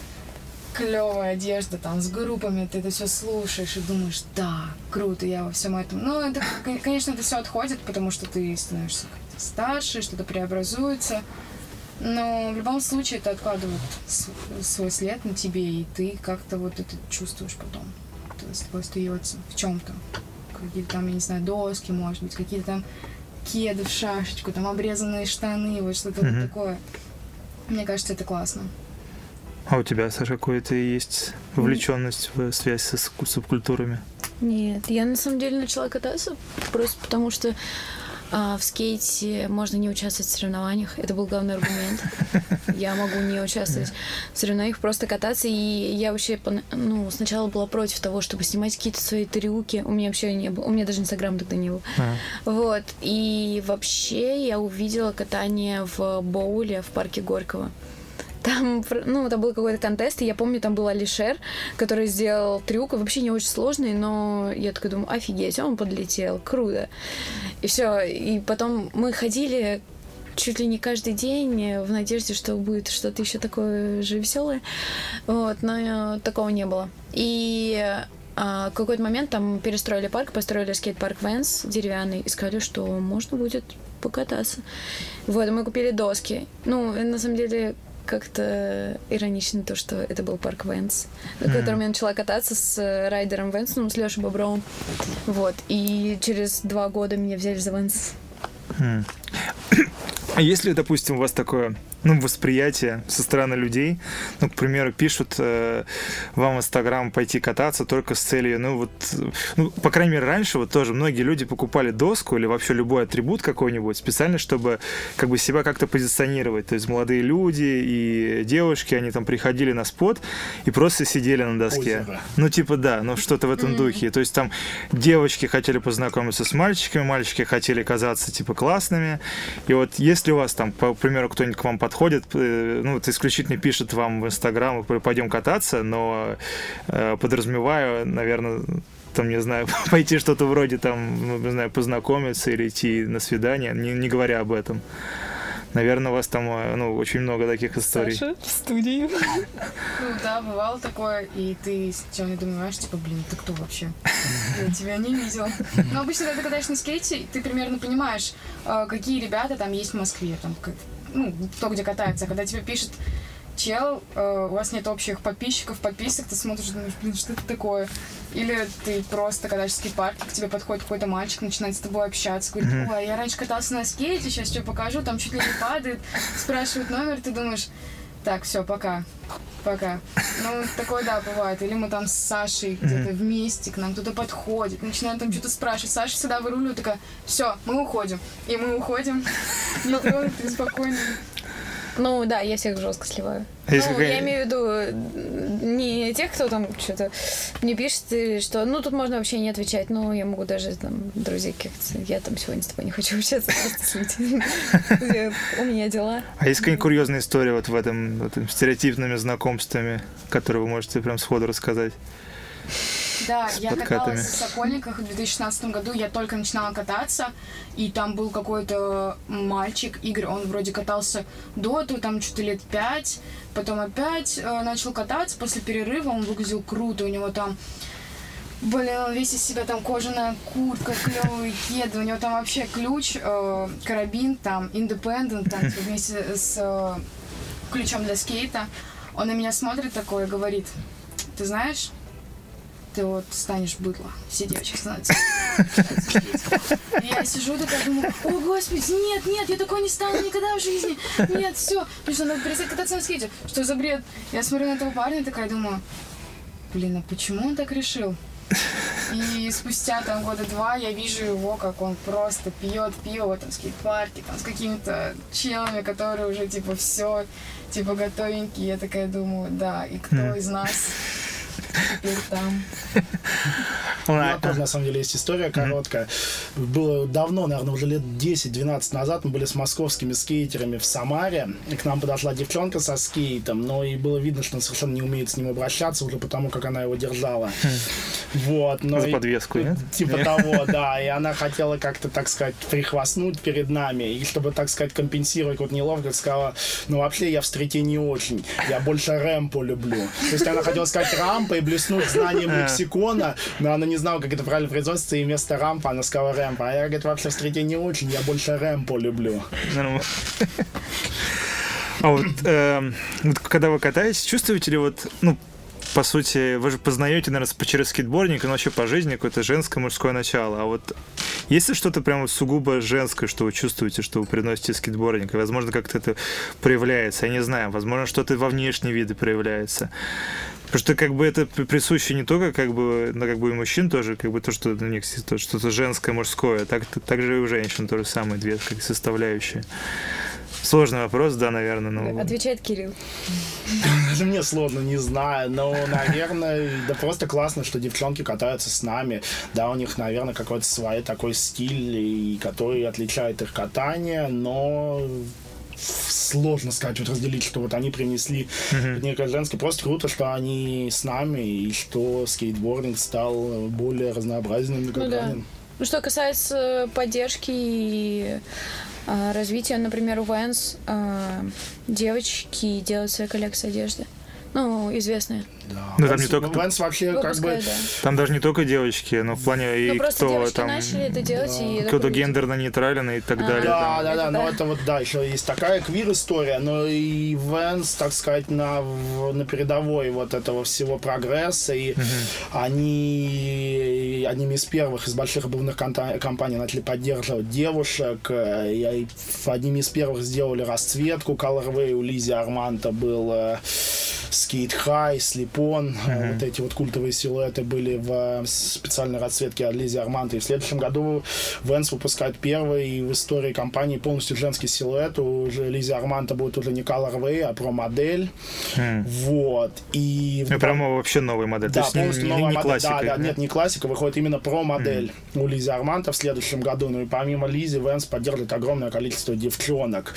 клевая одежда, там, с группами, ты это все слушаешь и думаешь, да, круто, я во всем этом. Ну, это, конечно, это все отходит, потому что ты становишься старше, что-то преобразуется, но в любом случае это откладывает свой след на тебе, и ты как-то вот это чувствуешь потом. То есть остается в чем-то. Какие-то там, я не знаю, доски, может быть, какие-то там кеды в шашечку, там обрезанные штаны, вот что-то mm-hmm. вот такое. Мне кажется, это классно. А у тебя, Саша, какая-то есть вовлеченность в связь со субкультурами? Нет, я на самом деле начала кататься просто потому, что а, в скейте можно не участвовать в соревнованиях. Это был главный аргумент. Я могу не участвовать в соревнованиях, просто кататься. И я вообще ну, сначала была против того, чтобы снимать какие-то свои трюки. У меня вообще не было. У меня даже Инстаграм тогда не был. А. Вот. И вообще я увидела катание в боуле в парке Горького. Там, ну, там был какой-то контест, и я помню, там был Алишер, который сделал трюк, вообще не очень сложный, но я такая думаю, офигеть, он подлетел, круто. И все, и потом мы ходили чуть ли не каждый день в надежде, что будет что-то еще такое же веселое, вот, но такого не было. И а, в какой-то момент там перестроили парк, построили скейт-парк Вэнс деревянный, и сказали, что можно будет покататься. Вот, мы купили доски. Ну, на самом деле, как-то иронично то, что это был парк Вэнс, на mm. котором я начала кататься с райдером Вэнсом, с Лешей Бобровым. Вот. И через два года меня взяли за Вэнс. Mm. А если, допустим, у вас такое, ну, восприятие со стороны людей, ну, к примеру, пишут э, вам в Инстаграм пойти кататься только с целью, ну, вот, ну, по крайней мере, раньше вот тоже многие люди покупали доску или вообще любой атрибут какой-нибудь специально, чтобы как бы себя как-то позиционировать. То есть молодые люди и девушки, они там приходили на спот и просто сидели на доске. Озеро. Ну, типа, да, ну, что-то в этом mm-hmm. духе. То есть там девочки хотели познакомиться с мальчиками, мальчики хотели казаться, типа, классными. И вот если у вас там, по примеру, кто-нибудь к вам подходит, ну, вот исключительно пишет вам в Инстаграм, пойдем кататься, но э, подразумеваю, наверное, там, не знаю, пойти что-то вроде там, ну, не знаю, познакомиться или идти на свидание, не, не говоря об этом. Наверное, у вас там, ну, очень много таких историй. Саша, в студии. Ну да, бывало такое, и ты сначала не думаешь, типа, блин, ты кто вообще? Я тебя не видел. Но обычно, когда ты катаешь на скейте, ты примерно понимаешь, какие ребята там есть в Москве, там, ну, кто где катается. А когда тебе пишет чел, у вас нет общих подписчиков, подписок, ты смотришь и думаешь, блин, что это такое? Или ты просто катаешь в скейт-парке, к тебе подходит какой-то мальчик, начинает с тобой общаться, говорит, ой, я раньше катался на скейте, сейчас что покажу, там чуть ли не падает, спрашивает номер, ты думаешь, так, все, пока, пока. Ну, такое, да, бывает. Или мы там с Сашей где-то вместе, к нам кто-то подходит, начинает там что-то спрашивать. Саша всегда выруливает, такая, все, мы уходим. И мы уходим. Не трогай, ты спокойно. Ну да, я всех жестко сливаю. А ну, какая... я имею в виду не тех, кто там что-то мне пишет, или что. Ну, тут можно вообще не отвечать. Ну, я могу даже там друзей как-то. Я там сегодня с тобой не хочу общаться, просто слить. У меня дела. А есть какая-нибудь курьезная история вот в этом, этом стереотипными знакомствами, которые вы можете прям сходу рассказать? Да, я каталась в Сокольниках в две тысячи шестнадцатом году, я только начинала кататься, и там был какой-то мальчик, Игорь, он вроде катался до этого, там что-то лет пять, потом опять э, начал кататься, после перерыва он выглядел круто, у него там, блин, он весь из себя, там кожаная куртка, клевые кеды, у него там вообще ключ, э, карабин, там, Independent, там, типа, вместе с э, ключом для скейта, он на меня смотрит такой и говорит, ты знаешь, ты вот станешь быдло. Все девочки становятся. И я сижу такая, думаю, о, господи, нет, нет, я такой не стану никогда в жизни. Нет, все. Потому что надо перестать кататься на скейте. Что за бред? Я смотрю на этого парня и такая думаю, блин, а почему он так решил? И спустя там года два я вижу его, как он просто пьет пиво там в скейт-парке, там с какими-то челами, которые уже типа все, типа готовенькие. Я такая думаю, да, и кто из нас теперь там? У меня тоже, на самом деле, есть история короткая. Было давно, наверное, уже лет десять-двенадцать назад мы были с московскими скейтерами в Самаре, и к нам подошла девчонка со скейтом, но и было видно, что она совершенно не умеет с ним обращаться, уже потому, как она его держала. Вот, но за и, подвеску, нет? Типа нет? Того, да, и она хотела как-то, так сказать, прихвастнуть перед нами, и чтобы, так сказать, компенсировать вот неловкость, сказала, ну, вообще, я в стрите не очень, я больше рэмпу люблю. То есть она хотела сказать рампа и блеснуть знанием лексикона, но она не знала, как это правильно произносится, и вместо рампа она сказала рэмпа. А я, говорит, вообще в стрите не очень, я больше рэмпу люблю. А вот, э, вот когда вы катаетесь, чувствуете ли вот, ну, по сути, вы же познаете, наверное, через скейтбординг, но вообще по жизни какое-то женское, мужское начало. А вот есть ли что-то прямо сугубо женское, что вы чувствуете, что вы приносите скейтбординг? И, возможно, как-то это проявляется, я не знаю. Возможно, что-то во внешние виды проявляется. Потому что как бы это присуще не только как бы, но как бы и мужчин тоже, как бы то, что у них что-то женское, мужское, так, так же и у женщин то же самое, две как составляющие. Сложный вопрос, да, наверное. Но... Отвечает Кирилл. Даже мне сложно, не знаю, но, наверное, да просто классно, что девчонки катаются с нами, да, у них, наверное, какой-то свой такой стиль, и который отличает их катание, но... Сложно сказать, вот разделить, что вот они принесли uh-huh. некое женское. Просто круто, что они с нами, и что скейтбординг стал более разнообразным. Ну, да. Ну, что касается поддержки и а, развития, например, у Vans а, девочки делают свои коллекции одежды. Ну, известные. Да. Ну, там не только... Vans вообще ну, как пускай, бы... Да. Там даже не только девочки, но в плане ну, и просто кто девочки там... начали это делать, да. И кто-то гендерно нейтрален и так а, далее. Да, там. да, да, это но да. это вот, да, еще есть такая квир-история, но и Vans, так сказать, на, на передовой вот этого всего прогресса, и uh-huh. они одними из первых из больших обувных компаний начали поддерживать девушек, и одними из первых сделали расцветку Colorway, у Лизи Арманта был Skate High, Slip-On, uh-huh. вот эти вот культовые силуэты были в специальной расцветке от Лизи Арманта. И в следующем году Vans выпускает первый в истории компании полностью женский силуэт. У Лизи Арманта будет уже не Colorway, а Pro-модель. Uh-huh. Вот. И... Ну, прямо вообще новая модель. Да, то есть полностью не, новая не, не модель. классика. Да, да, да? нет, не классика, выходит именно Pro-модель uh-huh. у Лизи Арманта в следующем году. Ну и помимо Лизи, Vans поддерживает огромное количество девчонок.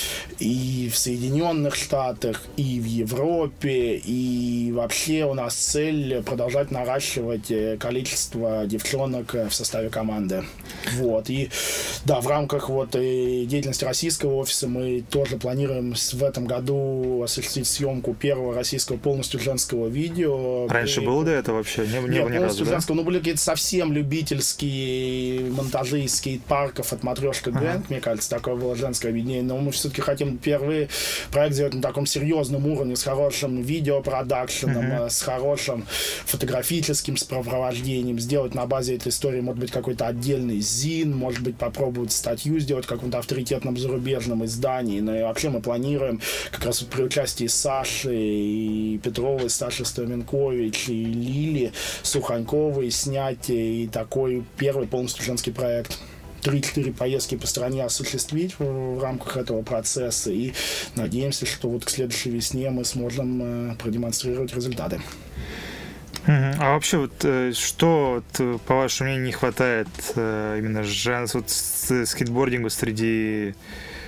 И в Соединенных Штатах, и в Европе, и вообще у нас цель продолжать наращивать количество девчонок в составе команды. Вот. И да, в рамках вот деятельности российского офиса мы тоже планируем в этом году осуществить съемку первого российского полностью женского видео. Раньше и... было до этого вообще? Не, не Нет, было ни разу, да? женского. Ну, были какие-то совсем любительские монтажи из скейт-парков от Матрешка Гэнг, ага. мне кажется, такое было женское объединение. Но мы все-таки хотим первый проект сделать на таком серьезном уровне, с хорошим видеопродакшеном, uh-huh. с хорошим фотографическим сопровождением, сделать на базе этой истории, может быть, какой-то отдельный зин, может быть, попробовать статью сделать в каком-то авторитетном зарубежном издании. Но и вообще мы планируем как раз при участии Саши и Петровой, Саши Строменкович и Лили Суханьковой снять и такой первый полностью женский проект. три-четыре поездки по стране осуществить в, в рамках этого процесса, и надеемся, что вот к следующей весне мы сможем э, продемонстрировать результаты. Uh-huh. А вообще, вот, э, что, вот, по вашему мнению, не хватает э, именно женс, вот, с, скейтбордингу среди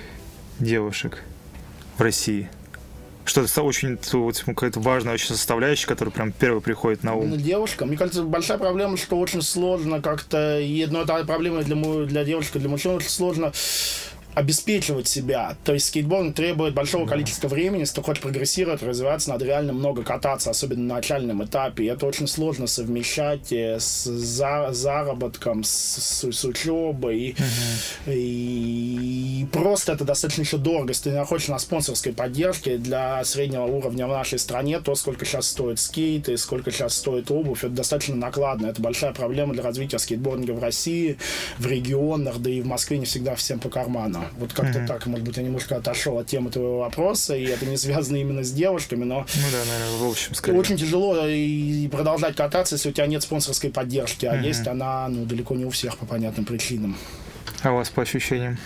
девушек в России? Что-то очень вот, какая-то важная очень составляющая, которая прям первой приходит на ум. Девушка, мне кажется, большая проблема, что очень сложно как-то, и ну, это проблема для, для девушек, для мужчин очень сложно обеспечивать себя. То есть скейтбординг требует большого да. количества времени, если ты хочешь прогрессировать, развиваться, надо реально много кататься, особенно на начальном этапе. И это очень сложно совмещать с за, заработком, с, с, с учебой. И, uh-huh. и, и просто это достаточно еще дорого. Если ты находишься на спонсорской поддержке для среднего уровня в нашей стране, то сколько сейчас стоит скейт и сколько сейчас стоит обувь, это достаточно накладно. Это большая проблема для развития скейтбординга в России, в регионах, да и в Москве не всегда всем по карману. Вот как-то mm-hmm. так, может быть, я немножко отошел от темы твоего вопроса, и это не связано именно с девушками, но... Ну да, наверное, в общем, скорее. Очень тяжело и продолжать кататься, если у тебя нет спонсорской поддержки, а mm-hmm. есть она, ну, далеко не у всех по понятным причинам. А у вас по ощущениям?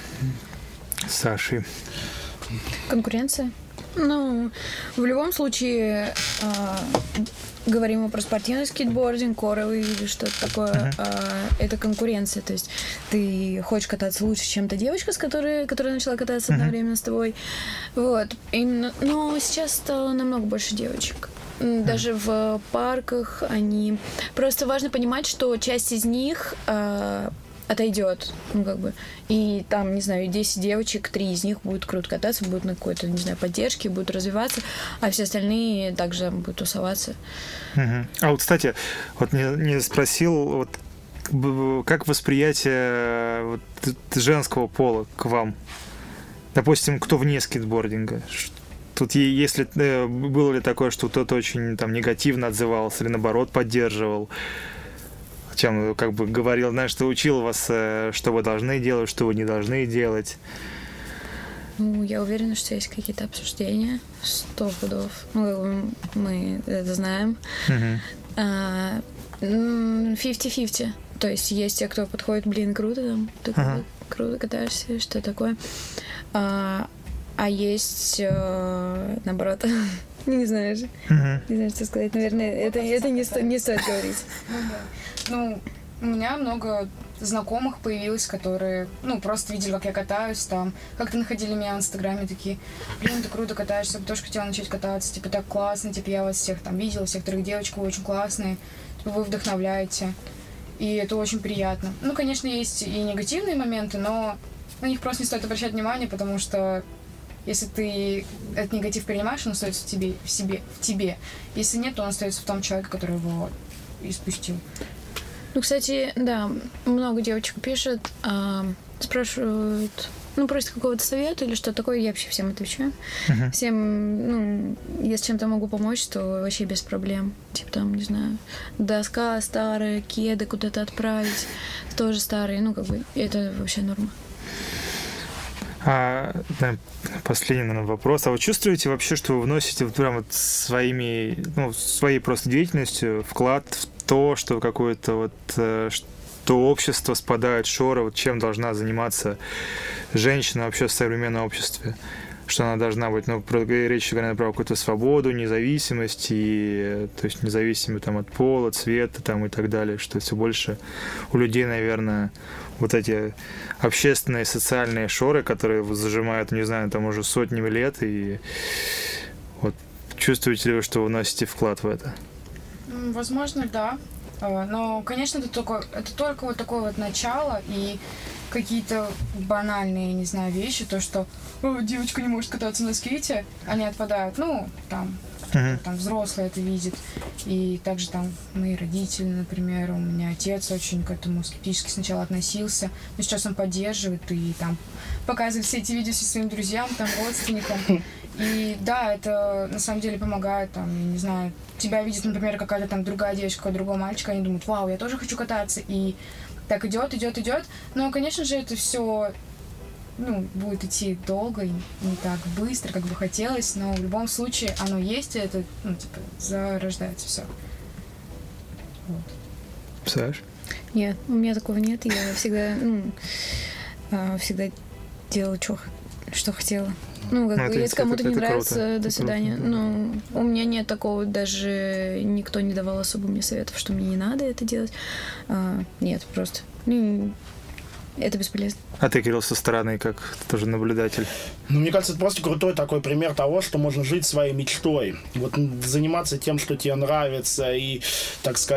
Саши? Конкуренция? Ну, в любом случае... А... Говорим мы про спортивный скейтбординг, коровый или что-то такое. Uh-huh. А, это конкуренция. То есть ты хочешь кататься лучше, чем та девочка, с которой, которая начала кататься uh-huh. одновременно с тобой. Вот. Именно, но сейчас стало намного больше девочек. Даже uh-huh. в парках они... Просто важно понимать, что часть из них... А, отойдет, ну, как бы, и там, не знаю, десять девочек, три из них будут круто кататься, будут на какой-то, не знаю, поддержке, будут развиваться, а все остальные также будут тусоваться. Uh-huh. А вот, кстати, вот не, не спросил, вот, как восприятие вот, женского пола к вам? Допустим, кто вне скейтбординга? тут если было ли такое, что кто-то очень там негативно отзывался или наоборот поддерживал, чем как бы говорил, знаешь, что учил вас, что вы должны делать, что вы не должны делать? Ну, я уверена, что есть какие-то обсуждения, сто пудов. Ну, мы это знаем. фифти-фифти. Uh-huh. То есть есть те, кто подходит, блин, круто, там, ты uh-huh. круто катаешься, что такое. А, а есть, э, наоборот, не знаю же. Uh-huh. Не знаю, что сказать. Наверное, это, это не, сто, не стоит говорить. Ну, да. Ну, у меня много знакомых появилось, которые, ну, просто видели, как я катаюсь, там, как-то находили меня в Инстаграме, такие, блин, ты круто катаешься, я тоже хотела начать кататься, типа, так классно, типа, я вас всех там видела, всех трех девочек, вы очень классные, типа, вы вдохновляете, и это очень приятно. Ну, конечно, есть и негативные моменты, но на них просто не стоит обращать внимание, потому что если ты этот негатив принимаешь, он остается в тебе, в себе, в тебе. Если нет, то он остается в том человеке, который его испустил. Ну, кстати, да, много девочек пишет, а, спрашивают, ну, просят какого-то совета или что такое, я вообще всем отвечаю. Uh-huh. Всем, ну, если чем-то могу помочь, то вообще без проблем. Типа там, не знаю, доска старая, кеды куда-то отправить, тоже старые, ну, как бы, это вообще норма. А, да, последний, наверное, вопрос. А вы чувствуете вообще, что вы вносите вот прям вот своими, ну, своей просто деятельностью вклад в то, что какое-то вот, что общество спадает шоры, вот чем должна заниматься женщина вообще в современном обществе? Что она должна быть, ну, речь говоря про какую-то свободу, независимость, и, то есть независимо там от пола, цвета там и так далее, что все больше у людей, наверное, вот эти общественные, социальные шоры, которые зажимают, не знаю, там уже сотнями лет, и вот чувствуете ли вы, что вы вносите вклад в это? Возможно, да. Но, конечно, это только, это только вот такое вот начало, и какие-то банальные, не знаю, вещи, то, что девочка не может кататься на скейте, они отпадают, ну, там, uh-huh. там взрослые это видят, и также там мои родители, например, у меня отец очень к этому скептически сначала относился, но сейчас он поддерживает и там показывает все эти видео своим друзьям, там, родственникам, и да, это на самом деле помогает, там, я не знаю, тебя видит, например, какая-то там другая девочка, какой-то другой мальчик, они думают, вау, я тоже хочу кататься, и так идет, идет, идет. Но, конечно же, это все, ну, будет идти долго и не так быстро, как бы хотелось, но в любом случае оно есть, и это, ну, типа, зарождается все. Вот. Саш? Нет, у меня такого нет. Я всегда, ну, всегда делала, что, что хотела. Ну, как бы, если кому-то не нравится, круто. До свидания. Круто, да. Ну, у меня нет такого, даже никто не давал особо мне советов, что мне не надо это делать. А, нет, просто. Ну, это бесполезно. А ты, Кирилл, со стороны, как тоже наблюдатель? Ну, мне кажется, это просто крутой такой пример того, что можно жить своей мечтой. Вот заниматься тем, что тебе нравится, и, так сказать,